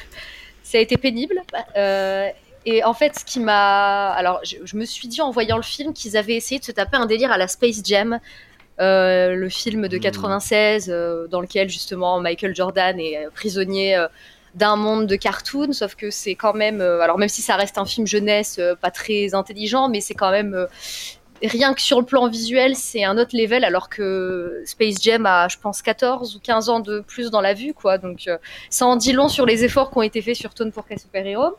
Ça a été pénible. Euh, et en fait, ce qui m'a. Alors, je, je me suis dit en voyant le film qu'ils avaient essayé de se taper un délire à la Space Jam. Euh, le film de Hmm. quatre-vingt-seize, euh, dans lequel justement Michael Jordan est euh, prisonnier euh, d'un monde de cartoon, sauf que c'est quand même, euh, alors même si ça reste un film jeunesse, euh, pas très intelligent, mais c'est quand même, euh, rien que sur le plan visuel, c'est un autre level, alors que Space Jam a, je pense, quatorze ou quinze ans de plus dans la vue, quoi. Donc euh, ça en dit long sur les efforts qui ont été faits sur Tom Pourka Super Hero.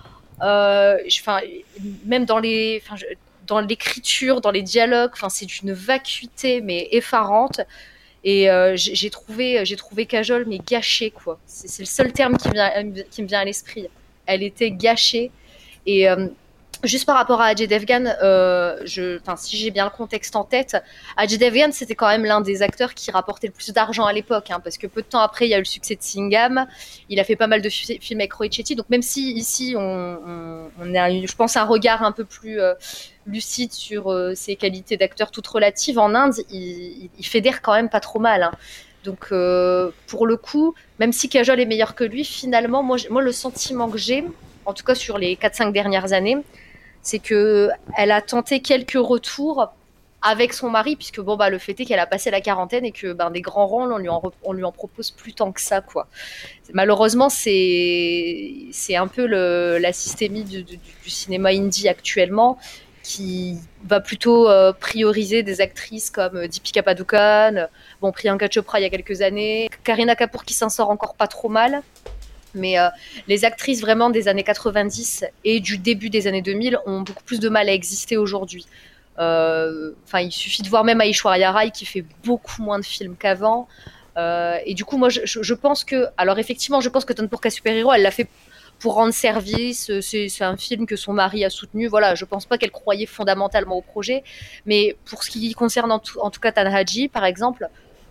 Euh, je- 'fin, même dans les, 'fin, je- dans l'écriture, dans les dialogues, enfin, c'est d'une vacuité mais effarante. Et euh, j'ai j'ai trouvé, j'ai trouvé Kajol mais gâchée quoi. C'est c'est le seul terme qui, vient, qui me vient à l'esprit. Elle était gâchée. Et euh, juste par rapport à Ajay Devgan, euh, je, 'fin, si j'ai bien le contexte en tête, Ajay Devgan c'était quand même l'un des acteurs qui rapportait le plus d'argent à l'époque, hein, parce que peu de temps après il y a eu le succès de Singham. Il a fait pas mal de fi- films avec Roy Chetty. Donc même si ici on, on, on a, eu, je pense, un regard un peu plus euh, lucide sur euh, ses qualités d'acteur toutes relatives, en Inde, il, il, il fédère quand même pas trop mal. Hein. Donc euh, pour le coup, même si Kajol est meilleur que lui, finalement, moi, j'ai- moi le sentiment que j'ai, en tout cas sur les quatre cinq dernières années, c'est que elle a tenté quelques retours avec son mari, puisque bon bah le fait est qu'elle a passé la quarantaine et que ben des grands rôles on lui en, re- on lui en propose plus tant que ça quoi. Malheureusement c'est c'est un peu le, la systémie du, du, du cinéma indie actuellement, qui va plutôt euh, prioriser des actrices comme euh, Deepika Padukone, bon Priyanka Chopra il y a quelques années, Kareena Kapoor qui s'en sort encore pas trop mal. Mais euh, les actrices vraiment des années quatre-vingt-dix et du début des années deux mille ont beaucoup plus de mal à exister aujourd'hui. Euh, Enfin, il suffit de voir même Aishwarya Rai qui fait beaucoup moins de films qu'avant. Euh, et du coup, moi, je, je, je pense que, alors effectivement, je pense que Tom Pourka Super Hero, elle l'a fait pour rendre service. C'est, c'est un film que son mari a soutenu. Voilà, je pense pas qu'elle croyait fondamentalement au projet. Mais pour ce qui concerne en tout, en tout cas Tanhaji, par exemple.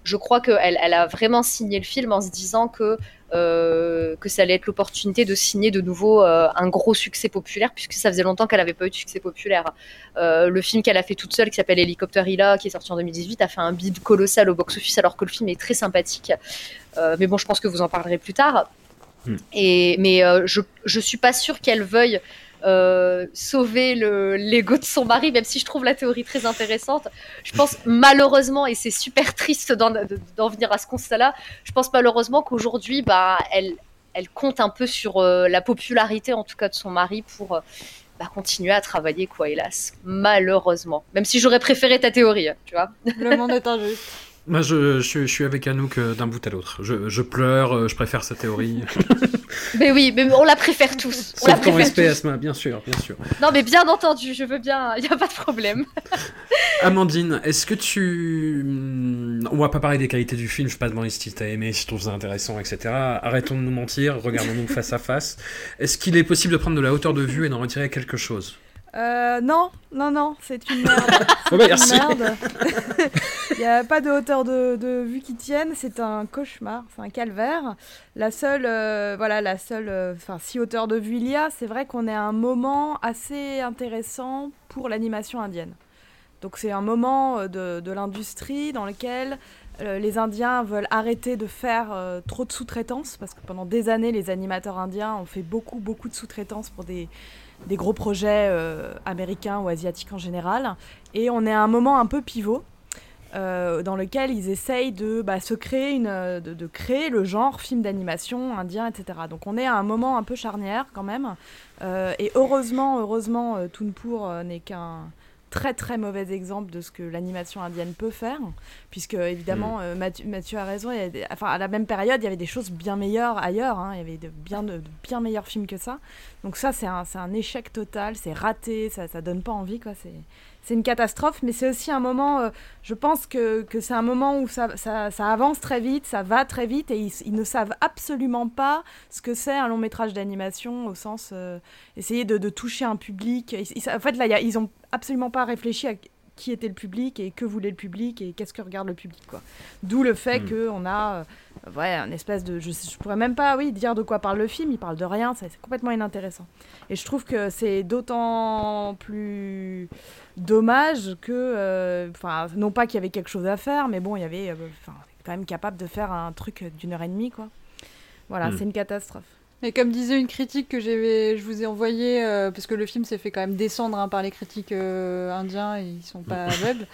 je crois qu'elle elle a vraiment signé le film en se disant que, euh, que ça allait être l'opportunité de signer de nouveau euh, un gros succès populaire, puisque ça faisait longtemps qu'elle n'avait pas eu de succès populaire. Euh, le film qu'elle a fait toute seule, qui s'appelle Hélicoptère Ila, qui est sorti en deux mille dix-huit, a fait un bid colossal au box-office, alors que le film est très sympathique. Euh, mais bon, je pense que vous en parlerez plus tard. Mm. Et, mais euh, je ne suis pas sûre qu'elle veuille Euh, sauver le, l'ego de son mari, même si je trouve la théorie très intéressante. Je pense malheureusement, et c'est super triste d'en, d'en venir à ce constat-là, je pense malheureusement qu'aujourd'hui, bah, elle, elle compte un peu sur euh, la popularité, en tout cas de son mari, pour euh, bah, continuer à travailler, quoi, hélas. Malheureusement. Même si j'aurais préféré ta théorie, tu vois. Le monde est injuste. Moi, je, je, je suis avec Anouk d'un bout à l'autre. Je, je pleure, je préfère sa théorie. Mais oui, mais on la préfère tous. On Sauf la ton préfère respect, tous. Asma, bien sûr, bien sûr. Non, mais bien entendu, je veux bien, il n'y a pas de problème. Amandine, est-ce que tu... On va pas parler des qualités du film, je vais pas demander si t'as aimé, si tu trouves ça intéressant, et cetera. Arrêtons de nous mentir, regardons-nous face à face. Est-ce qu'il est possible de prendre de la hauteur de vue et d'en retirer quelque chose ? Euh, non, non, non, c'est une merde. Oh bah, C'est merci. une merde. Il n'y a pas de hauteur de, de vue qui tienne, c'est un cauchemar, c'est un calvaire. La seule, euh, voilà, la seule, enfin, euh, si hauteur de vue il y a, c'est vrai qu'on est à un moment assez intéressant pour l'animation indienne. Donc c'est un moment de, de l'industrie dans lequel euh, les Indiens veulent arrêter de faire euh, trop de sous-traitance, parce que pendant des années, les animateurs indiens ont fait beaucoup, beaucoup de sous-traitance pour des... des gros projets euh, américains ou asiatiques en général. Et on est à un moment un peu pivot euh, dans lequel ils essayent de bah, se créer une, de, de créer le genre film d'animation indien, et cetera. Donc on est à un moment un peu charnière quand même. Euh, et heureusement, heureusement, euh, Toonpour euh, n'est qu'un très très mauvais exemple de ce que l'animation indienne peut faire, puisque évidemment, mmh. euh, Mathieu, Mathieu a raison, il y a des, enfin, à la même période, il y avait des choses bien meilleures ailleurs, hein, il y avait de bien, de, de bien meilleurs films que ça. Donc ça, c'est un, c'est un échec total, c'est raté, ça ne donne pas envie, quoi. C'est, c'est une catastrophe, mais c'est aussi un moment, euh, je pense que, que c'est un moment où ça, ça, ça avance très vite, ça va très vite, et ils, ils ne savent absolument pas ce que c'est un long métrage d'animation, au sens, euh, essayer de, de toucher un public. Ils, ils, en fait, là, y a, ils n'ont absolument pas réfléchi à qui était le public et que voulait le public et qu'est-ce que regarde le public, quoi. D'où le fait mmh. qu'on a euh, ouais, un espèce de... Je, je pourrais même pas oui, dire de quoi parle le film, il parle de rien, c'est, c'est complètement inintéressant. Et je trouve que c'est d'autant plus dommage que... Enfin, euh, non pas qu'il y avait quelque chose à faire, mais bon, il y avait... Euh, quand même capable de faire un truc d'une heure et demie, quoi. Voilà, mmh. c'est une catastrophe. Et comme disait une critique que j'ai, je vous ai envoyée, euh, parce que le film s'est fait quand même descendre hein, par les critiques euh, indiens, et ils sont pas aveugles,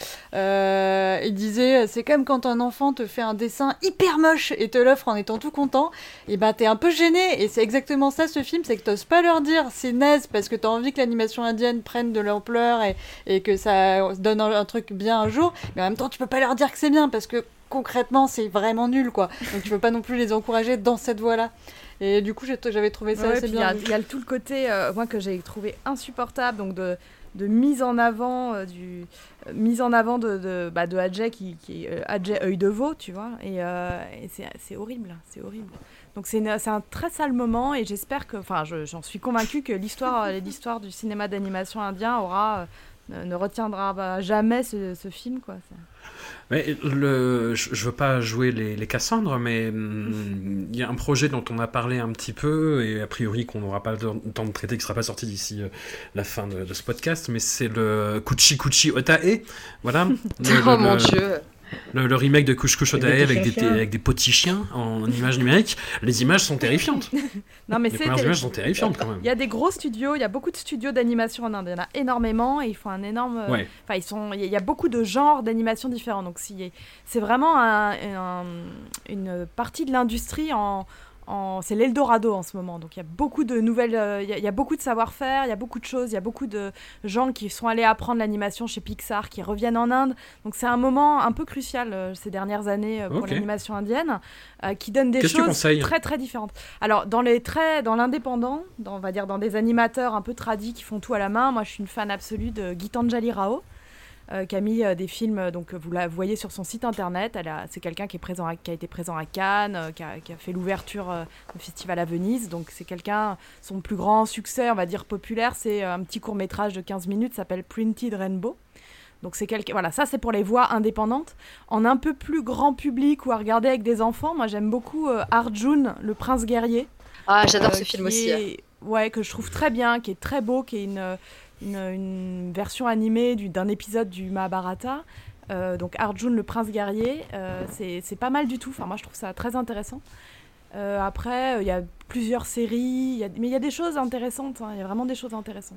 euh, il disait, c'est comme quand un enfant te fait un dessin hyper moche et te l'offre en étant tout content, et ben t'es un peu gêné, et c'est exactement ça ce film, c'est que t'oses pas leur dire c'est naze parce que t'as envie que l'animation indienne prenne de l'ampleur et, et que ça donne un, un truc bien un jour, mais en même temps tu peux pas leur dire que c'est bien parce que concrètement c'est vraiment nul, quoi. Donc tu peux pas non plus les encourager dans cette voie-là. Et du coup, j'avais trouvé ça ouais, assez bien. Il y, y a tout le côté, euh, moi, que j'ai trouvé insupportable, donc de, de mise en avant, euh, du, euh, mise en avant de, de, bah, de Adjay, qui, qui est euh, Adjay œil de veau, tu vois. Et, euh, et c'est, c'est horrible, c'est horrible. Donc c'est, une, c'est un très sale moment, et j'espère que, enfin, je, j'en suis convaincue que l'histoire, l'histoire du cinéma d'animation indien aura, euh, ne retiendra bah, jamais ce, ce film, quoi. C'est... Mais le, je, je veux pas jouer les, les Cassandres, mais il mm, y a un projet dont on a parlé un petit peu, et a priori qu'on n'aura pas le temps de traiter, qui sera pas sorti d'ici euh, la fin de, de ce podcast, mais c'est le Kuchi Kuchi Otae, voilà. Le, oh le, mon le, dieu. Le, le remake de Kuch Kuch Otae avec des, avec des petits chiens en images numériques, les images sont terrifiantes. Non, mais les c'est premières terrifiant. images sont terrifiantes quand même. Il y a des gros studios, il y a beaucoup de studios d'animation en Inde, il y en a énormément et ils font un énorme... Ouais. Enfin, ils sont... il y a beaucoup de genres d'animation différents, donc si... c'est vraiment un, un, une partie de l'industrie en... En... c'est l'Eldorado en ce moment, donc il y a beaucoup de nouvelles, euh, il y a, il y a beaucoup de savoir-faire, il y a beaucoup de choses, il y a beaucoup de gens qui sont allés apprendre l'animation chez Pixar, qui reviennent en Inde, donc c'est un moment un peu crucial euh, ces dernières années euh, pour okay. l'animation indienne, euh, qui donne des Qu'est-ce choses très très différentes. Alors dans les traits, dans l'indépendant, dans, on va dire dans des animateurs un peu tradis qui font tout à la main, moi je suis une fan absolue de Gitanjali Rao. Euh, qui a mis euh, des films, donc vous la voyez sur son site internet. Elle a, c'est quelqu'un qui, est présent à, qui a été présent à Cannes, euh, qui, a, qui a fait l'ouverture euh, du festival à Venise. Donc c'est quelqu'un, son plus grand succès, on va dire populaire, c'est euh, un petit court-métrage de quinze minutes, s'appelle Printed Rainbow. Donc c'est quelque... voilà, ça c'est pour les voix indépendantes. En un peu plus grand public ou à regarder avec des enfants, moi j'aime beaucoup euh, Arjun, le prince guerrier. Ah, j'adore euh, ce film qui aussi. est- Ouais, que je trouve très bien, qui est très beau, qui est une, une, une version animée du, d'un épisode du Mahabharata. Euh, donc Arjun, le prince guerrier, euh, c'est, c'est pas mal du tout. Enfin, moi je trouve ça très intéressant. Euh, après, il y a plusieurs séries, y a... mais il y a des choses intéressantes. Il hein, y a vraiment des choses intéressantes.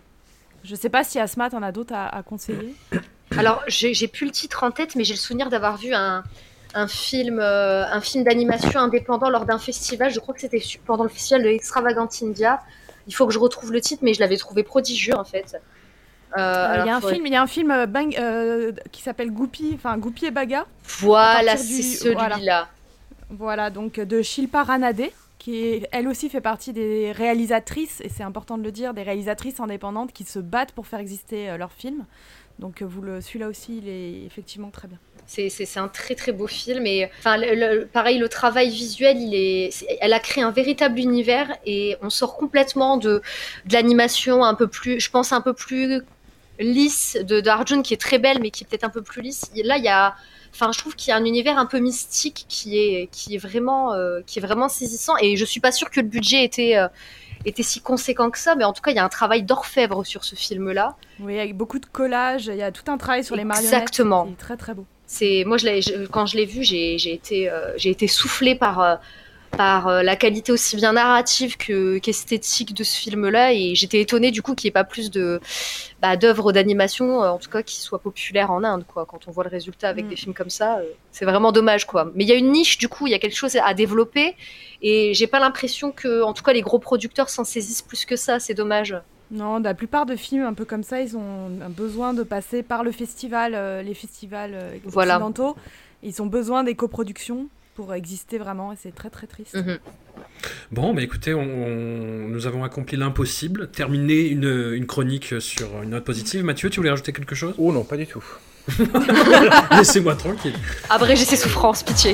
Je sais pas si Asma, t'en as d'autres à, à conseiller. Alors, j'ai, j'ai plus le titre en tête, mais j'ai le souvenir d'avoir vu un, un film, euh, un film d'animation indépendant lors d'un festival. Je crois que c'était su- pendant le festival de Extravagant India. Il faut que je retrouve le titre, mais je l'avais trouvé prodigieux en fait. Euh, Euh, Il alors, y a un faudrait- film, il y a un film euh, bang, euh, qui s'appelle Goupy, enfin Goupy et Baga. Voilà, à partir du- c'est celui-là. voilà. Voilà, donc euh, de Shilpa Ranade, qui est, elle aussi fait partie des réalisatrices, et c'est important de le dire, des réalisatrices indépendantes qui se battent pour faire exister euh, leurs films. Donc euh, vous le, celui-là aussi, il est effectivement très bien. C'est, c'est, c'est un très très beau film et enfin le- le- pareil le travail visuel il est, c'est- elle a créé un véritable univers et on sort complètement de, de l'animation un peu plus, je pense un peu plus lisse de d'Arjun qui est très belle mais qui est peut-être un peu plus lisse. Et là il y a, enfin je trouve qu'il y a un univers un peu mystique qui est qui est vraiment euh, qui est vraiment saisissant et je suis pas sûre que le budget était euh, était si conséquent que ça mais en tout cas il y a un travail d'orfèvre sur ce film là. Oui, avec beaucoup de collages, il y a tout un travail sur les marionnettes. Exactement. C'est très très beau. C'est moi je l'ai je- quand je l'ai vu j'ai j'ai été euh, j'ai été soufflée par euh, par euh, la qualité aussi bien narrative que qu'esthétique de ce film-là et j'étais étonnée du coup qu'il n'y ait pas plus de bah, d'œuvres d'animation euh, en tout cas qui soient populaires en Inde quoi quand on voit le résultat avec Mm. des films comme ça euh, c'est vraiment dommage quoi mais il y a une niche du coup il y a quelque chose à développer et j'ai pas l'impression que en tout cas les gros producteurs s'en saisissent plus que ça c'est dommage. Non, la plupart de films un peu comme ça, ils ont un besoin de passer par le festival, euh, les festivals euh, Voilà. occidentaux. Ils ont besoin des coproductions pour exister vraiment, et c'est très très triste. Mhm. Bon, bah écoutez, on, on- nous avons accompli l'impossible, terminé une, une chronique sur une note positive. Mathieu, tu voulais rajouter quelque chose? Oh non, pas du tout. Laissez-moi tranquille. Abréger ses souffrances pitié.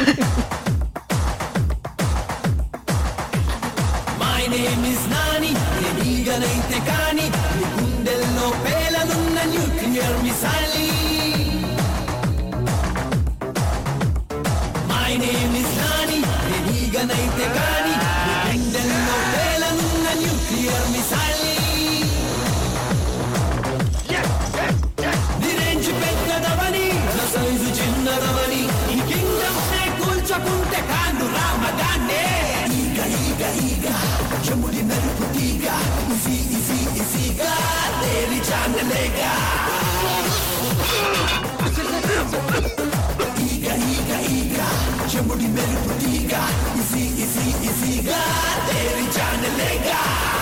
My name is Nani, nemiganente cani, mi pundello pela non nuclear missili. My name is Nani, nemiganente cani, mi pundello pela non nuclear missili. Direnci పెద్దదవని, నా సైజు చిన్నదవని, ఈ kingdoms నే కూల్చుకుంటే కాను రామగానే. ఈగ ఈగ ఈగ చెముడి మెరుపు తీగ ఈజీ ఈజీ ఈజీగా తేరి చానలేగా ఈగ ఈగ ఈగ చెముడి మెరుపు తీగ ఈజీ ఈజీ ఈజీగా తేరి చానలేగా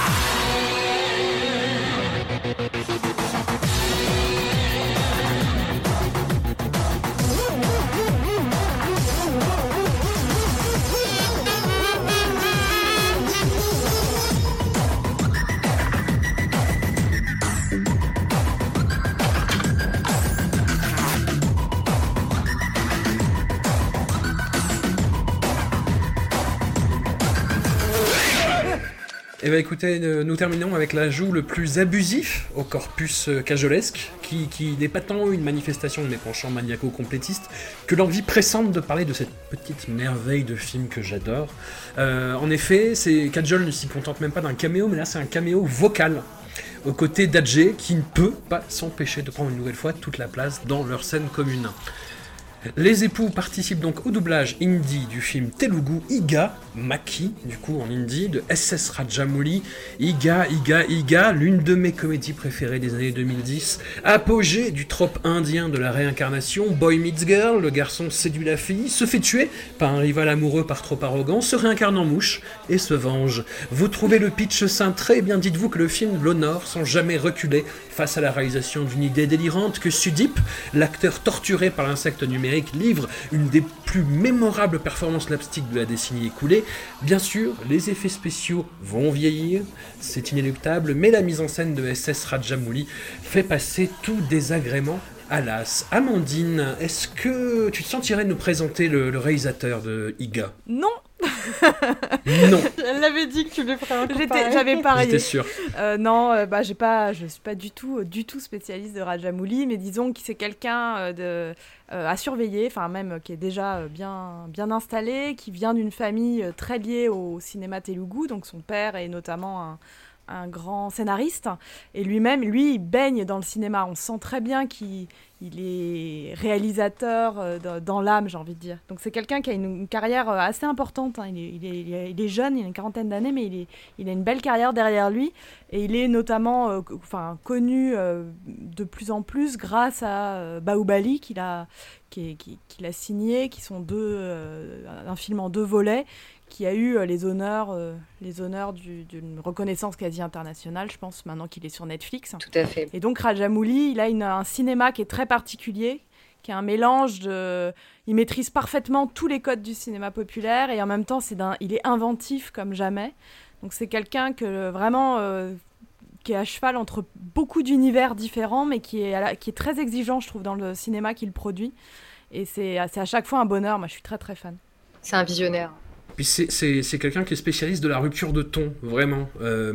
Eh bien écoutez, euh, nous terminons avec l'ajout le plus abusif au corpus euh, cajolesque, qui, qui n'est pas tant une manifestation de mes penchants maniaco-complétistes que l'envie pressante de parler de cette petite merveille de film que j'adore. Euh, en effet, c'est, Kajol ne s'y contente même pas d'un caméo, mais là c'est un caméo vocal, aux côtés d'Adjé, qui ne peut pas s'empêcher de prendre une nouvelle fois toute la place dans leur scène commune. Les époux participent donc au doublage hindi du film Telugu Iga, Maki, du coup en hindi, de S S Rajamouli. Iga, Iga, Iga, l'une de mes comédies préférées des années deux mille dix. Apogée du trope indien de la réincarnation, boy meets girl, le garçon séduit la fille, se fait tuer par un rival amoureux par trop arrogant, se réincarne en mouche et se venge. Vous trouvez le pitch cintré, eh bien dites-vous que le film l'honore sans jamais reculer face à la réalisation d'une idée délirante que Sudip, l'acteur torturé par l'insecte numérique, livre une des plus mémorables performances slapstick de la décennie écoulée. Bien sûr, les effets spéciaux vont vieillir, c'est inéluctable, mais la mise en scène de S S Rajamouli fait passer tout désagrément à l'as. Amandine, est-ce que tu te sentirais de nous présenter le, le réalisateur de Iga? Non. Non, Elle l'avait dit que tu le ferais un coup J'étais- pareil. J'avais parié. j'étais sûr. Euh, non, euh, bah, j'ai pas, je suis pas du tout, euh, du tout spécialiste de Rajamouli, mais disons que c'est quelqu'un euh, de, euh, à surveiller, enfin même euh, qui est déjà euh, bien, bien installé, qui vient d'une famille euh, très liée au cinéma telugu, donc son père est notamment un, un grand scénariste, et lui-même, lui, il baigne dans le cinéma. On sent très bien qu'il il est réalisateur euh, dans, dans l'âme, j'ai envie de dire. Donc c'est quelqu'un qui a une, une carrière euh, assez importante. Hein. Il, est, il, est, il, est, il est jeune, il a une quarantaine d'années, mais il, est, il a une belle carrière derrière lui. Et il est notamment euh, co- enfin, connu euh, de plus en plus grâce à euh, Bahubali, qu'il a, qui est- qui- qu'il a signé, qui sont deux, euh, un film en deux volets, qui a eu euh, les honneurs, euh, les honneurs du- d'une reconnaissance quasi internationale, je pense, maintenant qu'il est sur Netflix. Tout à fait. Et donc Rajamouli, il a une- un cinéma qui est très particulier, qui est un mélange de... Il maîtrise parfaitement tous les codes du cinéma populaire et en même temps, c'est d'un... il est inventif comme jamais. Donc c'est quelqu'un que vraiment... euh, qui est à cheval entre beaucoup d'univers différents, mais qui est, à la- qui est très exigeant, je trouve, dans le cinéma qu'il produit. Et c'est, c'est à chaque fois un bonheur. Moi, je suis très, très fan. C'est un visionnaire. Puis c'est, c'est, c'est quelqu'un qui est spécialiste de la rupture de ton, vraiment.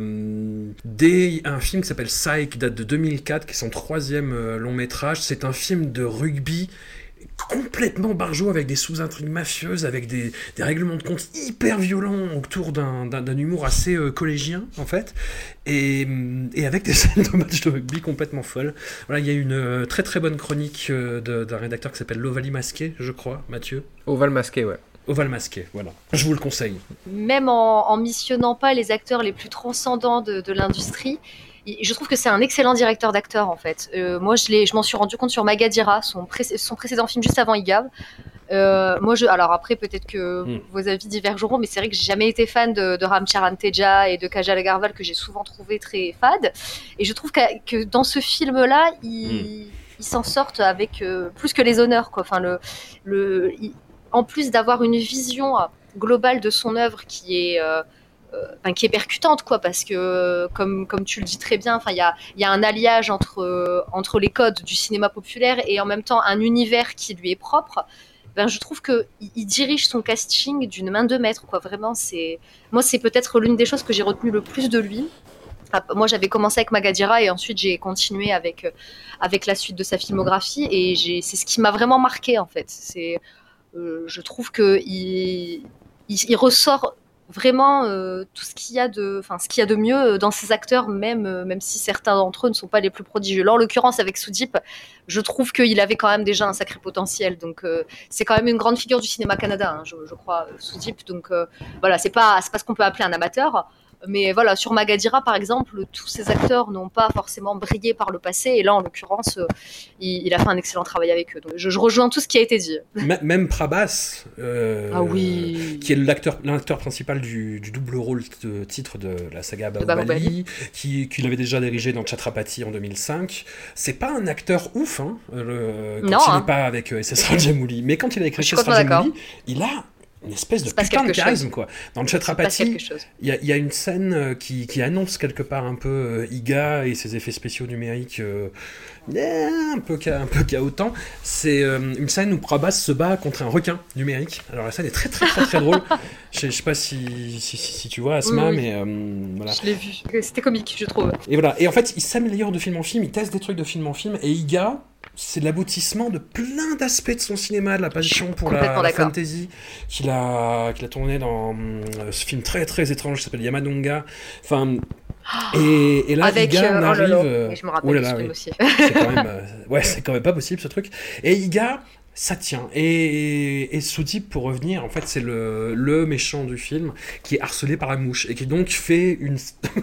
Euh, dès un film qui s'appelle Psy, qui date de deux mille quatre, qui est son troisième euh, long métrage, c'est un film de rugby complètement barjot, avec des sous-intrigues mafieuses, avec des, des règlements de compte hyper violents autour d'un, d'un, d'un humour assez euh, collégien, en fait, et, et avec des scènes de matchs de rugby complètement folles. Voilà, il y a une euh, très très bonne chronique euh, de, d'un rédacteur qui s'appelle L'Ovalie Masqué, je crois, Mathieu. Oval masqué, ouais. Oval Masqué, voilà. Je vous le conseille. Même en, en missionnant pas les acteurs les plus transcendants de, de l'industrie, il- je trouve que c'est un excellent directeur d'acteurs en fait. Euh, moi, je, l'ai, je m'en suis rendu compte sur Magadira, son, pré- son précédent film juste avant Igav. Euh, moi, je, alors après, peut-être que Mm. vos avis divergeront, mais c'est vrai que j'ai jamais été fan de, de Ram Charan Teja et de Kajal Agarwal, que j'ai souvent trouvé très fade. Et je trouve que, que dans ce film-là, ils, ils s'en sortent avec euh, plus que les honneurs, quoi. Enfin, le, le, il- en plus d'avoir une vision euh, globale de son œuvre qui est euh, euh, enfin, qui est percutante, quoi, parce que euh, comme comme tu le dis très bien, enfin il y a il y a un alliage entre euh, entre les codes du cinéma populaire et en même temps un univers qui lui est propre. Ben, je trouve que il, il dirige son casting d'une main de maître, quoi. Vraiment, c'est moi c'est peut-être l'une des choses que j'ai retenu le plus de lui. Ah, moi, j'avais commencé avec Magadira et ensuite j'ai continué avec euh, avec la suite de sa filmographie et j'ai c'est ce qui m'a vraiment marqué en fait. C'est euh, je trouve que il, il, il ressort vraiment euh, tout ce qu'il y a de, enfin ce qu'il y a de mieux dans ces acteurs, même euh, même si certains d'entre eux ne sont pas les plus prodigieux. Là, en l'occurrence, avec Sudeep, je trouve qu'il avait quand même déjà un sacré potentiel. Donc euh, c'est quand même une grande figure du cinéma canadien, hein, je, je crois, Sudeep. Donc euh, voilà, c'est pas c'est pas ce qu'on peut appeler un amateur. Mais voilà, sur Magadira, par exemple, tous ces acteurs n'ont pas forcément brillé par le passé. Et là, en l'occurrence, euh, il, il a fait un excellent travail avec eux. Donc, je, je rejoins tout ce qui a été dit. M- même Prabhas, euh, Ah oui. qui est l'acteur, l'acteur principal du, du double rôle de titre de la saga Bahubali, Bahubali. qui, qui l'avait déjà dirigé dans Chhatrapati en deux mille cinq. C'est pas un acteur ouf, hein, le, quand Non, il n'est hein. pas avec euh, S S Rajamouli. Mais quand il a écrit Je suis S S complètement Rajamouli, il a une espèce de se passe putain de quelque charisme, chose. quoi. Dans le Il se passe Chhatrapati, quelque chose. il y, a- il y a une scène euh, qui, qui annonce quelque part un peu euh, Iga et ses effets spéciaux numériques euh, eh, un peu ca- un peu chaotant. C'est euh, une scène où Prabhas se bat contre un requin numérique. Alors la scène est très très très très drôle. Je sais- je sais pas si, si, si- si tu vois Asma, Oui, oui. mais euh, voilà. Je l'ai vu. C'était comique, je trouve. Et voilà. Et en fait, il s'améliore de film en film, il teste des trucs de film en film. Et Iga, c'est l'aboutissement de plein d'aspects de son cinéma, de la passion pour la, Complètement la d'accord. fantasy qu'il a, qu'il a tourné dans euh, ce film très très étrange qui s'appelle Yamadonga. Enfin, et, et là, Avec, Iga, euh, on oh là arrive. là, euh, oui, je me rappelle oh là de ce là, film oui. aussi. C'est quand même, euh, ouais, c'est quand même pas possible ce truc. Et Iga, ça tient. Et, et, et Sudeep, pour revenir, en fait, c'est le, le méchant du film qui est harcelé par la mouche et qui donc fait une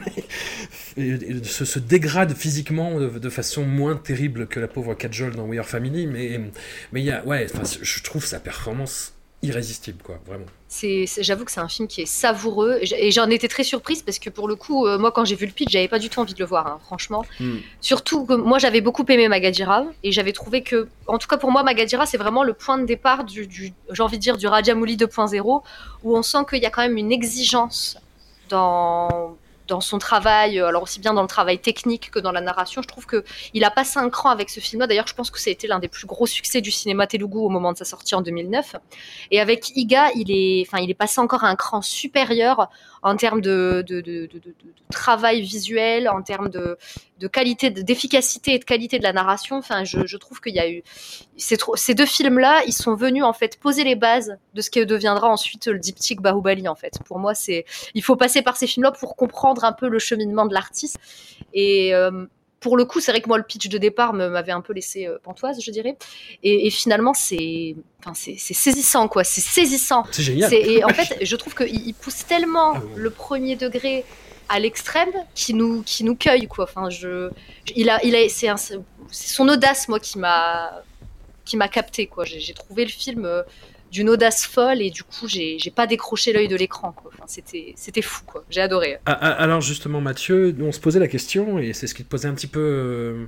se, se dégrade physiquement de, de façon moins terrible que la pauvre Kajol dans We Are Family. Mais mais il y a, ouais, enfin, je trouve sa performance irrésistible, quoi, vraiment. C'est, c'est- j'avoue que c'est un film qui est savoureux et j'- et j'en étais très surprise parce que pour le coup, euh, moi quand j'ai vu le pitch, j'avais pas du tout envie de le voir, hein, franchement. Hmm. Surtout que moi j'avais beaucoup aimé Magadira et j'avais trouvé que, en tout cas pour moi, Magadira c'est vraiment le point de départ du, du j'ai envie de dire, du Rajamouli deux point zéro où on sent qu'il y a quand même une exigence dans dans son travail, alors aussi bien dans le travail technique que dans la narration. Je trouve qu'il a passé un cran avec ce film-là. D'ailleurs, je pense que ça a été l'un des plus gros succès du cinéma telugu au moment de sa sortie en deux mille neuf. Et avec Iga, il est, enfin, il est passé encore à un cran supérieur en termes de, de, de, de, de, de travail visuel, en termes de, de qualité, d'efficacité et de qualité de la narration. Enfin, je, je trouve qu'il y a eu ces, ces deux films-là, ils sont venus en fait poser les bases de ce qui deviendra ensuite le diptyque Bahubali. En fait, pour moi, c'est, il faut passer par ces films-là pour comprendre un peu le cheminement de l'artiste. Et euh, pour le coup, c'est vrai que moi, le pitch de départ me, m'avait un peu laissé euh, pantoise, je dirais. Et, et finalement, c'est, enfin, c'est, c'est saisissant, quoi. C'est saisissant. C'est génial. C'est, et en fait, je trouve qu'il il pousse tellement ah, oui. le premier degré à l'extrême qui nous, qui nous cueille, quoi. Enfin, je, il a, il a, c'est, un, c'est son audace, moi, qui m'a, qui m'a capté, quoi. J'ai, j'ai trouvé le film euh, d'une audace folle et du coup, j'ai, j'ai pas décroché l'œil de l'écran, quoi. Enfin, c'était, c'était fou, quoi. J'ai adoré. Ah, alors justement, Mathieu, on se posait la question et c'est ce qui te posait un petit peu euh,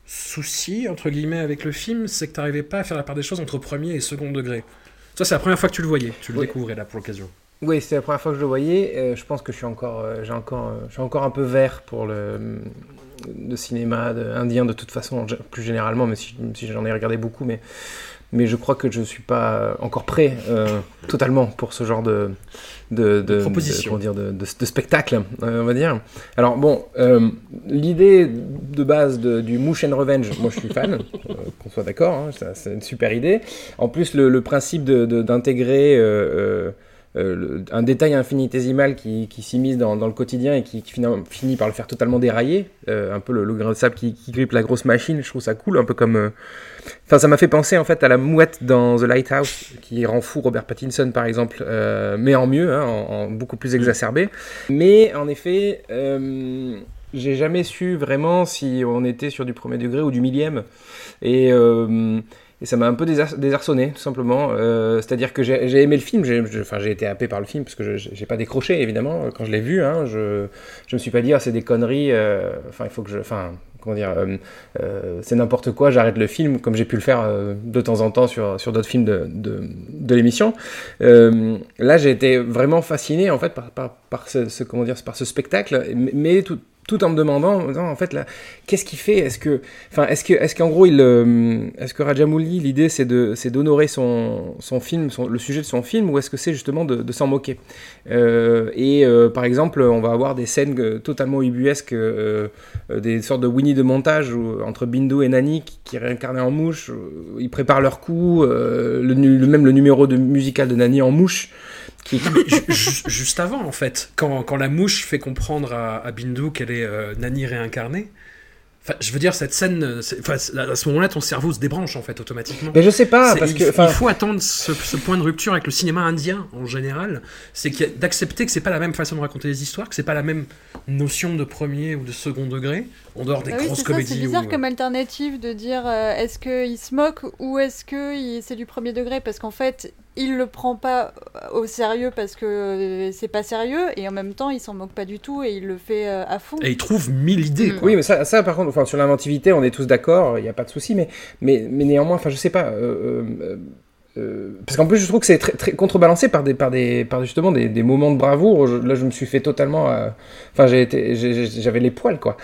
souci entre guillemets avec le film, c'est que t'arrivais pas à faire la part des choses entre premier et second degré. Ça, c'est la première fois que tu le voyais, tu le oui. découvrais là pour l'occasion. Oui, c'est la première fois que je le voyais. Euh, je pense que je suis encore, euh, j'ai encore, euh, je suis encore un peu vert pour le, le cinéma de, indien de toute façon, plus généralement, même si, même si j'en ai regardé beaucoup, mais, mais je crois que je ne suis pas encore prêt euh, totalement pour ce genre de, de, de, de proposition, de, comment dire, de, de, de spectacle, euh, on va dire. Alors bon, euh, l'idée de base de, du Moosh and Revenge, moi je suis fan, euh, qu'on soit d'accord, hein, ça, c'est une super idée. En plus, le, le principe de, de, d'intégrer euh, euh, le, un détail infinitésimal qui, qui s'immisce dans, dans le quotidien et qui, qui finit, finit par le faire totalement dérailler, euh, un peu le, le grain de sable qui, qui grippe la grosse machine, je trouve ça cool, un peu comme... Euh, Enfin, ça m'a fait penser en fait à la mouette dans The Lighthouse qui rend fou Robert Pattinson par exemple, euh, mais en mieux, hein, en, en beaucoup plus exacerbé. Mais en effet, euh, j'ai jamais su vraiment si on était sur du premier degré ou du millième. Et, euh, et ça m'a un peu désar- désarçonné, tout simplement. Euh, c'est-à-dire que j'ai, j'ai aimé le film, j'ai, j'ai, enfin, j'ai été happé par le film parce que je, j'ai pas décroché évidemment quand je l'ai vu. Hein, je, je me suis pas dit ah, c'est des conneries. Euh, enfin, il faut que je, enfin. Comment dire, euh, euh, c'est n'importe quoi, j'arrête le film, comme j'ai pu le faire euh, de temps en temps sur, sur d'autres films de, de, de l'émission. Euh, là, j'ai été vraiment fasciné en fait par, par, par, ce, ce, comment dire, par ce spectacle, mais tout, tout en me demandant, en fait, là, qu'est-ce qu'il fait ? Est-ce que, enfin, est-ce que, est-ce qu'en gros, il, euh, est-ce que Rajamouli, l'idée, c'est de, c'est d'honorer son, son film, son, le sujet de son film, ou est-ce que c'est justement de, de s'en moquer ? euh, Et euh, par exemple, on va avoir des scènes totalement ubuesques, euh, des sortes de Winnie de montage où, entre Bindu et Nani qui, qui est réincarné en mouche, où ils préparent leur coup, euh, le, le même le numéro de musical de Nani en mouche. Qui... juste, juste avant en fait, quand, quand la mouche fait comprendre à, à Bindu qu'elle est euh, Nani réincarnée. Enfin, je veux dire, cette scène, c'est, à ce moment-là, ton cerveau se débranche en fait automatiquement. Mais je sais pas, c'est, parce il, que il faut attendre ce, ce point de rupture avec le cinéma indien en général, c'est qu'il y a, d'accepter que c'est pas la même façon de raconter les histoires, que c'est pas la même notion de premier ou de second degré, en dehors des ah oui, grosses c'est comédies. Ça, c'est bizarre où... comme alternative de dire euh, est-ce qu'il se moque ou est-ce que il, c'est du premier degré, parce qu'en fait il le prend pas au sérieux parce que euh, c'est pas sérieux, et en même temps il s'en moque pas du tout et il le fait euh, à fond. Et il trouve mille idées. Quoi. Oui, mais ça, ça par contre, enfin, sur l'inventivité, on est tous d'accord, il n'y a pas de souci, mais, mais, mais néanmoins, enfin, je sais pas. Euh, euh, euh, parce qu'en plus, je trouve que c'est très, très contrebalancé par, des, par, des, par justement des, des moments de bravoure. Je, là, je me suis fait totalement. Enfin, euh, j'ai été, j'ai, j'avais les poils, quoi.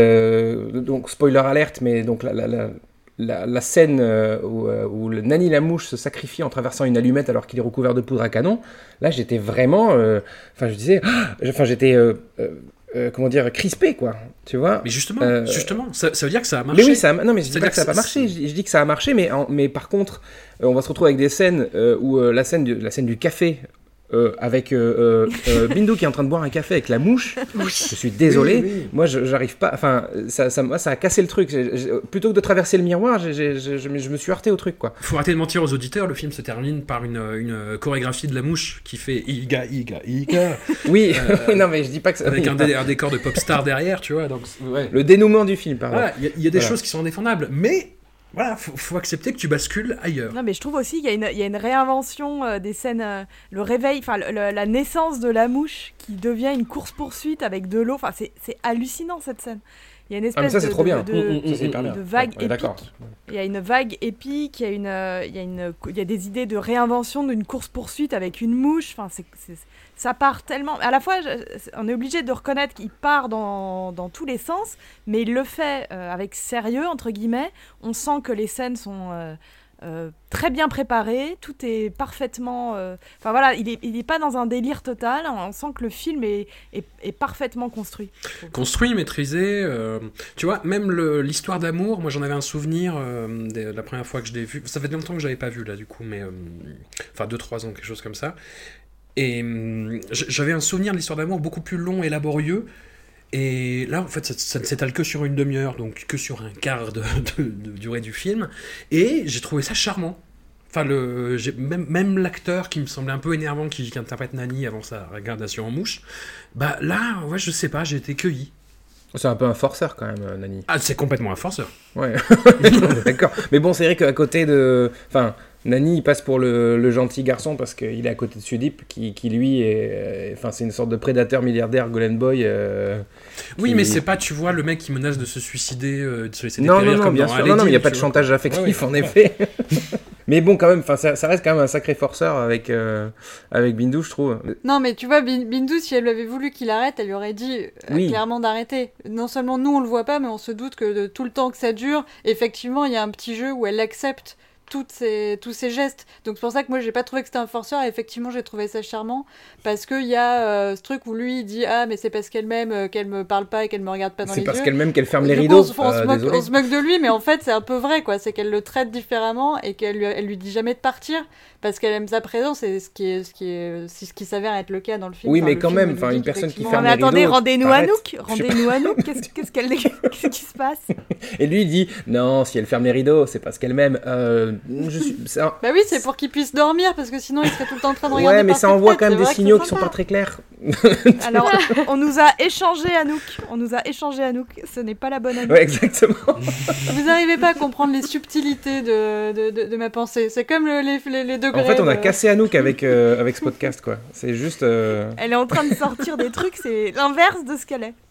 Euh, donc, spoiler alerte, mais donc la. la, la La, la scène euh, où, euh, où le Nani la mouche se sacrifie en traversant une allumette alors qu'il est recouvert de poudre à canon, là j'étais vraiment, enfin euh, je disais, enfin j'étais, euh, euh, comment dire, crispé quoi, tu vois. Mais justement, euh, justement, ça, ça veut dire que ça a marché. Mais oui, ça a, non mais je dis pas que ça n'a pas marché, je, je dis que ça a marché, mais, en, mais par contre, euh, on va se retrouver avec des scènes euh, où euh, la scène du, la scène du café. Euh, avec euh, euh, Bindu qui est en train de boire un café avec la mouche, oui. Je suis désolé, oui, oui. Moi je, j'arrive pas, enfin ça, ça, moi, ça a cassé le truc, j'ai, j'ai, plutôt que de traverser le miroir, j'ai, j'ai, j'ai, je, je me suis heurté au truc quoi. Faut arrêter de mentir aux auditeurs, le film se termine par une, une chorégraphie de la mouche qui fait Iga, Iga, Iga. Oui, euh, non mais je dis pas que ça... Avec un, dé- un décor de pop star derrière, tu vois, donc... Ouais. Le dénouement du film, pardon. Voilà, il y, y a des voilà. choses qui sont indéfendables, mais... Voilà, faut, faut accepter que tu bascules ailleurs. Non, mais je trouve aussi qu'il y a une, il y a une réinvention euh, des scènes, euh, le réveil, enfin le, le, la naissance de la mouche qui devient une course-poursuite avec de l'eau. Enfin, c'est, c'est hallucinant cette scène. Il y a une Ah, mais espèce ça, c'est de, trop de- bien. de- Mm, mm, ça, c'est hyper bien. de vague Ouais, on est d'accord. épique. Il y a une vague épique, il y a, une, euh, il y a, une, il y a des idées de réinvention d'une course-poursuite avec une mouche. Enfin, c'est, c'est- ça part tellement. À la fois, je- on est obligé de reconnaître qu'il part dans, dans tous les sens, mais il le fait euh, avec sérieux, entre guillemets. On sent que les scènes sont euh, euh, très bien préparées, tout est parfaitement. euh, Enfin voilà, il n'est il est pas dans un délire total. On sent que le film est, est, est parfaitement construit. Construit, maîtrisé. euh, tu vois, même le- l'histoire d'amour, moi j'en avais un souvenir euh, de la première fois que je l'ai vu. Ça fait longtemps que je l'avais pas vu là, du coup, mais. euh, Enfin, deux trois ans, quelque chose comme ça. Et hum, j- j'avais un souvenir de l'histoire d'amour beaucoup plus long et laborieux. Et là, en fait, ça, ça ne s'étale que sur une demi-heure, donc que sur un quart de, de- de durée du film. Et j'ai trouvé ça charmant. Enfin, le, j'ai- même, même l'acteur qui me semblait un peu énervant, qui, qui interprète Nani avant sa regardation en mouche, bah là, ouais, je sais pas, j'ai été cueilli. C'est un peu un forceur quand même, euh, Nani. Ah, c'est complètement un forceur. Ouais, d'accord. Mais bon, c'est vrai qu'à côté de. Enfin, Nani, il passe pour le, le gentil garçon parce qu'il est à côté de Sudip, qui, qui lui est. Enfin, c'est une sorte de prédateur milliardaire, Golden Boy. euh, Oui, qui- mais c'est pas, tu vois, le mec qui menace de se suicider, euh, de se laisser Non, non, dépérir non, comme bien dans sûr. Non, non, mais il n'y a Aladdin, pas de tu vois. chantage affectif, Ouais, en ouais. effet. Mais bon, quand même, enfin, ça, ça reste quand même un sacré forceur avec, euh, avec Bindu, je trouve. Non, mais tu vois, Bin- Bindu, si elle avait voulu qu'il arrête, elle lui aurait dit euh, Oui. clairement d'arrêter. Non seulement nous, on le voit pas, mais on se doute que de tout le temps que ça dure, effectivement, il y a un petit jeu où elle accepte toutes ces, tous ces gestes. Donc c'est pour ça que moi, j'ai pas trouvé que c'était un forceur, et effectivement, j'ai trouvé ça charmant, parce qu'il y a euh, ce truc où lui, il dit « Ah, mais c'est parce qu'elle m'aime, euh, qu'elle me parle pas et qu'elle me regarde pas dans les C'est yeux. » parce qu'elle-même qu'elle ferme les Du coup, rideaux. on, se- on se euh, moque, désolé. on se moque de lui, mais en fait, c'est un peu vrai, quoi. C'est qu'elle le traite différemment et qu'elle lui, elle lui dit jamais de partir parce qu'elle aime sa présence, et ce qui est, ce qui est, c'est ce qui s'avère être le cas dans le film. Oui, Enfin, mais le quand film même, nous enfin, dit une personne qui qu'effectivement- ferme Non, mais les attendez, rideaux, rendez-nous t'arrêtes. Anouk. Je sais Rendez-nous Anouk. Qu'est-ce qu'est-ce qu'elle qu'est-ce qui se passe? Et lui, il dit non, si elle ferme les rideaux, c'est parce qu'elle m'aime. Euh, je suis. c'est un- Bah oui, c'est pour qu'il puisse dormir, parce que sinon il serait tout le temps en train de regarder. Ouais, mais par ça ses envoie fenêtres, quand même c'est des vrai que signaux c'est qui sont sympa. pas très clairs. Alors, on nous a échangé Anouk. On nous a échangé Anouk. Ce n'est pas la bonne Anouk. Ouais, exactement. Vous n'arrivez pas à comprendre les subtilités de, de, de, de ma pensée. C'est comme le- les, les, les degrés. En fait, on a de- cassé Anouk avec, euh, avec ce podcast, quoi. C'est juste. euh, Elle est en train de sortir des trucs, c'est l'inverse de ce qu'elle est.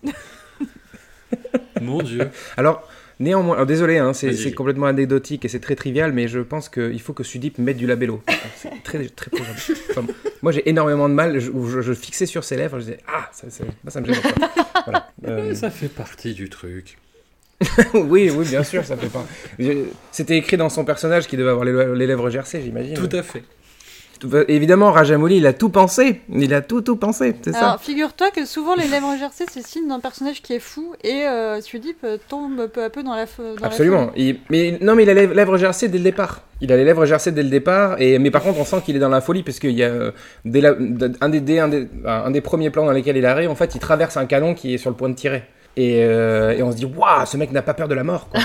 Mon Dieu. Alors, néanmoins, alors, désolé, hein, c'est Vas-y. c'est complètement anecdotique et c'est très trivial, mais je pense qu'il faut que Sudip mette du labello. C'est très, très probable. Enfin, moi, j'ai énormément de mal. Je, je, je fixais sur ses lèvres, je disais ah, ça, ça, moi, ça me gêne. Quoi. Voilà. Euh, Ça fait partie du truc. oui, oui, bien sûr, ça fait pas. Je- C'était écrit dans son personnage qui devait avoir les, les lèvres gercées, j'imagine. Tout à fait. Tout- Évidemment, Rajamouli, il a tout pensé. Il a tout, tout pensé, c'est ça. Alors, figure-toi que souvent les lèvres gercées, c'est signe d'un personnage qui est fou, et euh, Sudip euh, tombe peu à peu dans la fo- dans la Absolument. folie. Il- mais non, mais il a les lèvres gercées dès le départ. Il a les lèvres gercées dès le départ. Et mais par contre, on sent qu'il est dans la folie parce qu'il y a euh, dès la- un des, dès un des un des premiers plans dans lesquels il arrive. En fait, il traverse un canon qui est sur le point de tirer. Et, euh, et on se dit waouh, ce mec n'a pas peur de la mort. Quoi.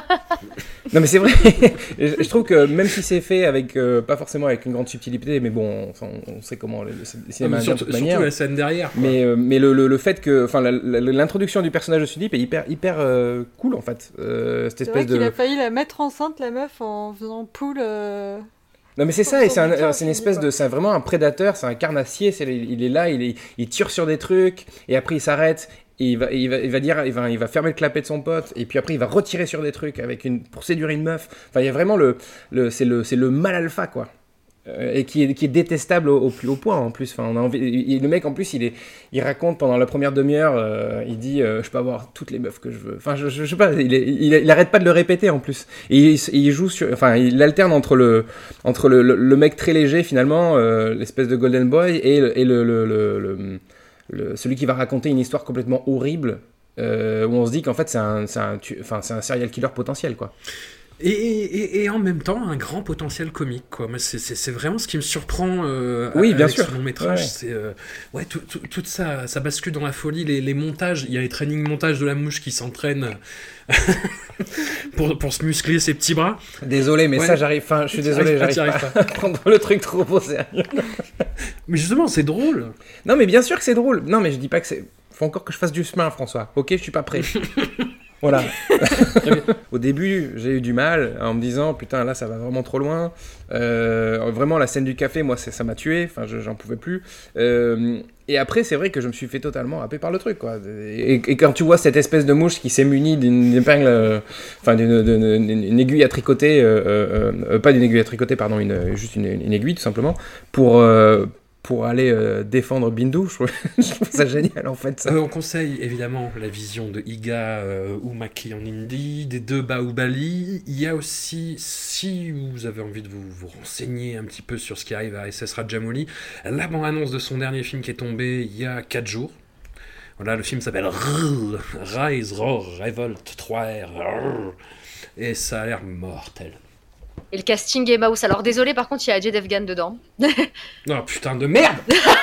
Non mais c'est vrai. je, je trouve que même si c'est fait avec euh, pas forcément avec une grande subtilité, mais bon, on, on sait comment le, le Ah, cinéma mais indien de surtout, toute manière. surtout la scène derrière. quoi. Mais, euh, mais le, le, le fait que, enfin, la- la- l'introduction du personnage de Sudip est hyper, hyper euh, cool en fait. Euh, cette C'est vrai espèce qu'il de. a failli la mettre enceinte, la meuf, en faisant poule. euh, Non mais c'est Pour ça, et son c'est un- butin, c'est une je espèce dis, de, c'est vraiment un prédateur, c'est un carnassier. C'est, il est là, il, est, il tire sur des trucs, et après il s'arrête. Et il va, il va, il va dire, il va, il va fermer le clapet de son pote, et puis après il va retirer sur des trucs avec une, pour séduire une meuf. Enfin, il y a vraiment le, le, c'est le, c'est le mal alpha quoi. Euh, et qui est, qui est détestable au, au plus haut point en plus. Enfin, on a envie, il- le mec en plus il est, il raconte pendant la première demi-heure, euh, il dit, euh, je peux avoir toutes les meufs que je veux. Enfin, je, je, je sais pas, il, est- il, il arrête pas de le répéter en plus. Et il, il joue sur, enfin, il alterne entre le, entre le, le, le mec très léger finalement, euh, l'espèce de Golden Boy, et, le, et le, le, le, le- le- celui qui va raconter une histoire complètement horrible. Euh, où on se dit qu'en fait c'est un, c'est un, tu- enfin, c'est un serial killer potentiel quoi. Et, et, et en même temps, un grand potentiel comique, quoi. Moi, c'est, c'est, c'est vraiment ce qui me surprend euh, Oui, bien avec sûr. ce long métrage. Ouais. C'est, euh, ouais, tout, tout, toute ça, ça bascule dans la folie. Les, les montages, il y a les training montages de la mouche qui s'entraîne pour, pour se muscler ses petits bras. Désolé, mais Ouais. ça j'arrive, enfin, je suis T'y désolé, arrives pas, j'arrive t'y pas, arrives à prendre le truc trop au sérieux. Mais justement, c'est drôle. Non, mais bien sûr que c'est drôle. Non, mais je dis pas que c'est. Faut encore que je fasse du chemin, François. Ok, je suis pas prêt. Voilà. Au début, j'ai eu du mal en me disant putain, là, ça va vraiment trop loin. Euh, vraiment, la scène du café, moi, c'est- ça m'a tué. Enfin, je- j'en pouvais plus. Euh, Et après, c'est vrai que je me suis fait totalement happer par le truc, quoi. Et, et quand tu vois cette espèce de mouche qui s'est munie d'une épingle, euh, enfin d'une, d'une, d'une- une aiguille à tricoter, euh, euh, euh, pas d'une aiguille à tricoter, pardon, une, juste une, une aiguille tout simplement, pour, euh, pour aller euh, défendre Bindu, je trouve, je trouve ça génial en fait. Ça. Euh, on conseille évidemment la vision de Iga euh, ou Maki en Indie, des deux Bahubali. Il y a aussi, si vous avez envie de vous, vous renseigner un petit peu sur ce qui arrive à S S Rajamouli, la bande-annonce de son dernier film qui est tombé il y a quatre jours. Voilà, le film s'appelle Rrrr, Rise, Roar, Revolt, trois R. Rrrr. Et ça a l'air mortel. Et le casting est mouse. Alors désolé, par contre, il y a Ajay Devgan dedans. Oh putain de merde.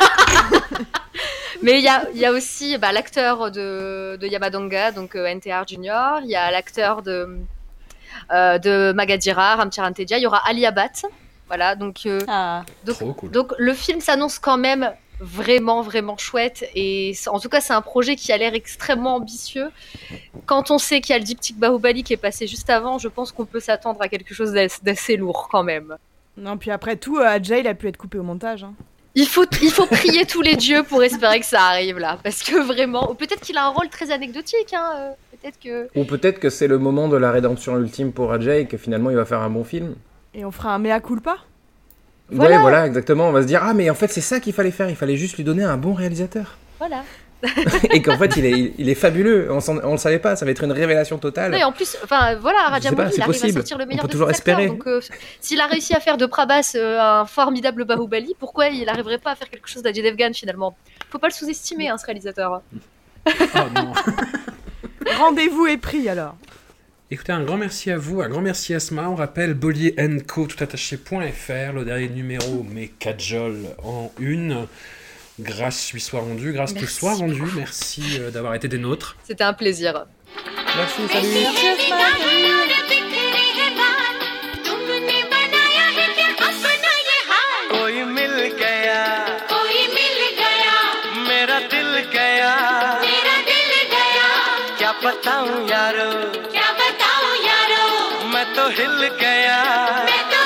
Mais il y a, il y a aussi bah, l'acteur de, de Yamadonga, donc euh, N T R Junior. Il y a l'acteur de, euh, de Magadira, Ramcharan Teja. Il y aura Ali Abad. Voilà, donc, euh, Ah. donc, Trop cool. donc le film s'annonce quand même vraiment, vraiment chouette. Et c'est- en tout cas, c'est un projet qui a l'air extrêmement ambitieux. Quand on sait qu'il y a le diptyque Bahubali qui est passé juste avant, je pense qu'on peut s'attendre à quelque chose d'ass- d'assez lourd quand même. Non, puis après tout, euh, Ajay, il a pu être coupé au montage. Hein. Il faut, il faut prier tous les dieux pour espérer que ça arrive là. Parce que vraiment, ou peut-être qu'il a un rôle très anecdotique. Hein, euh, peut-être que. Ou peut-être que c'est le moment de la rédemption ultime pour Ajay et que finalement il va faire un bon film. Et on fera un mea culpa. Voilà. Ouais, voilà, exactement. On va se dire, ah, mais en fait, c'est ça qu'il fallait faire. Il fallait juste lui donner un bon réalisateur. Voilà. Et qu'en fait, il est, il, il est fabuleux. On, s'en- on le savait pas. Ça va être une révélation totale. Non, et en plus, enfin voilà, Je sais Rajamouli, pas, c'est il arrive possible. à sortir le On meilleur peut de toujours ses acteurs. espérer. Donc, euh, s'il a réussi à faire de Prabhas euh, un formidable Bahubali, pourquoi il n'arriverait pas à faire quelque chose d'Ajay Devgan finalement? Faut pas le sous-estimer, hein, ce réalisateur. Oh non. Rendez-vous est pris alors. Écoutez, un grand merci à vous, un grand merci à Asma. On rappelle Bollier and Co, toutattaché.fr, le dernier numéro, mais Kajol en une. Grâce lui soit rendue, grâce te Merci soit rendue. Merci euh, d'avoir été des nôtres. C'était un plaisir. Merci, salut. तुमने बनाया है क्या अपना ये हाल कोई मिल गया कोई मिल गया मेरा दिल गया मेरा दिल गया क्या बताऊं यारो क्या बताऊं यारो मैं तो हिल गया मैं तो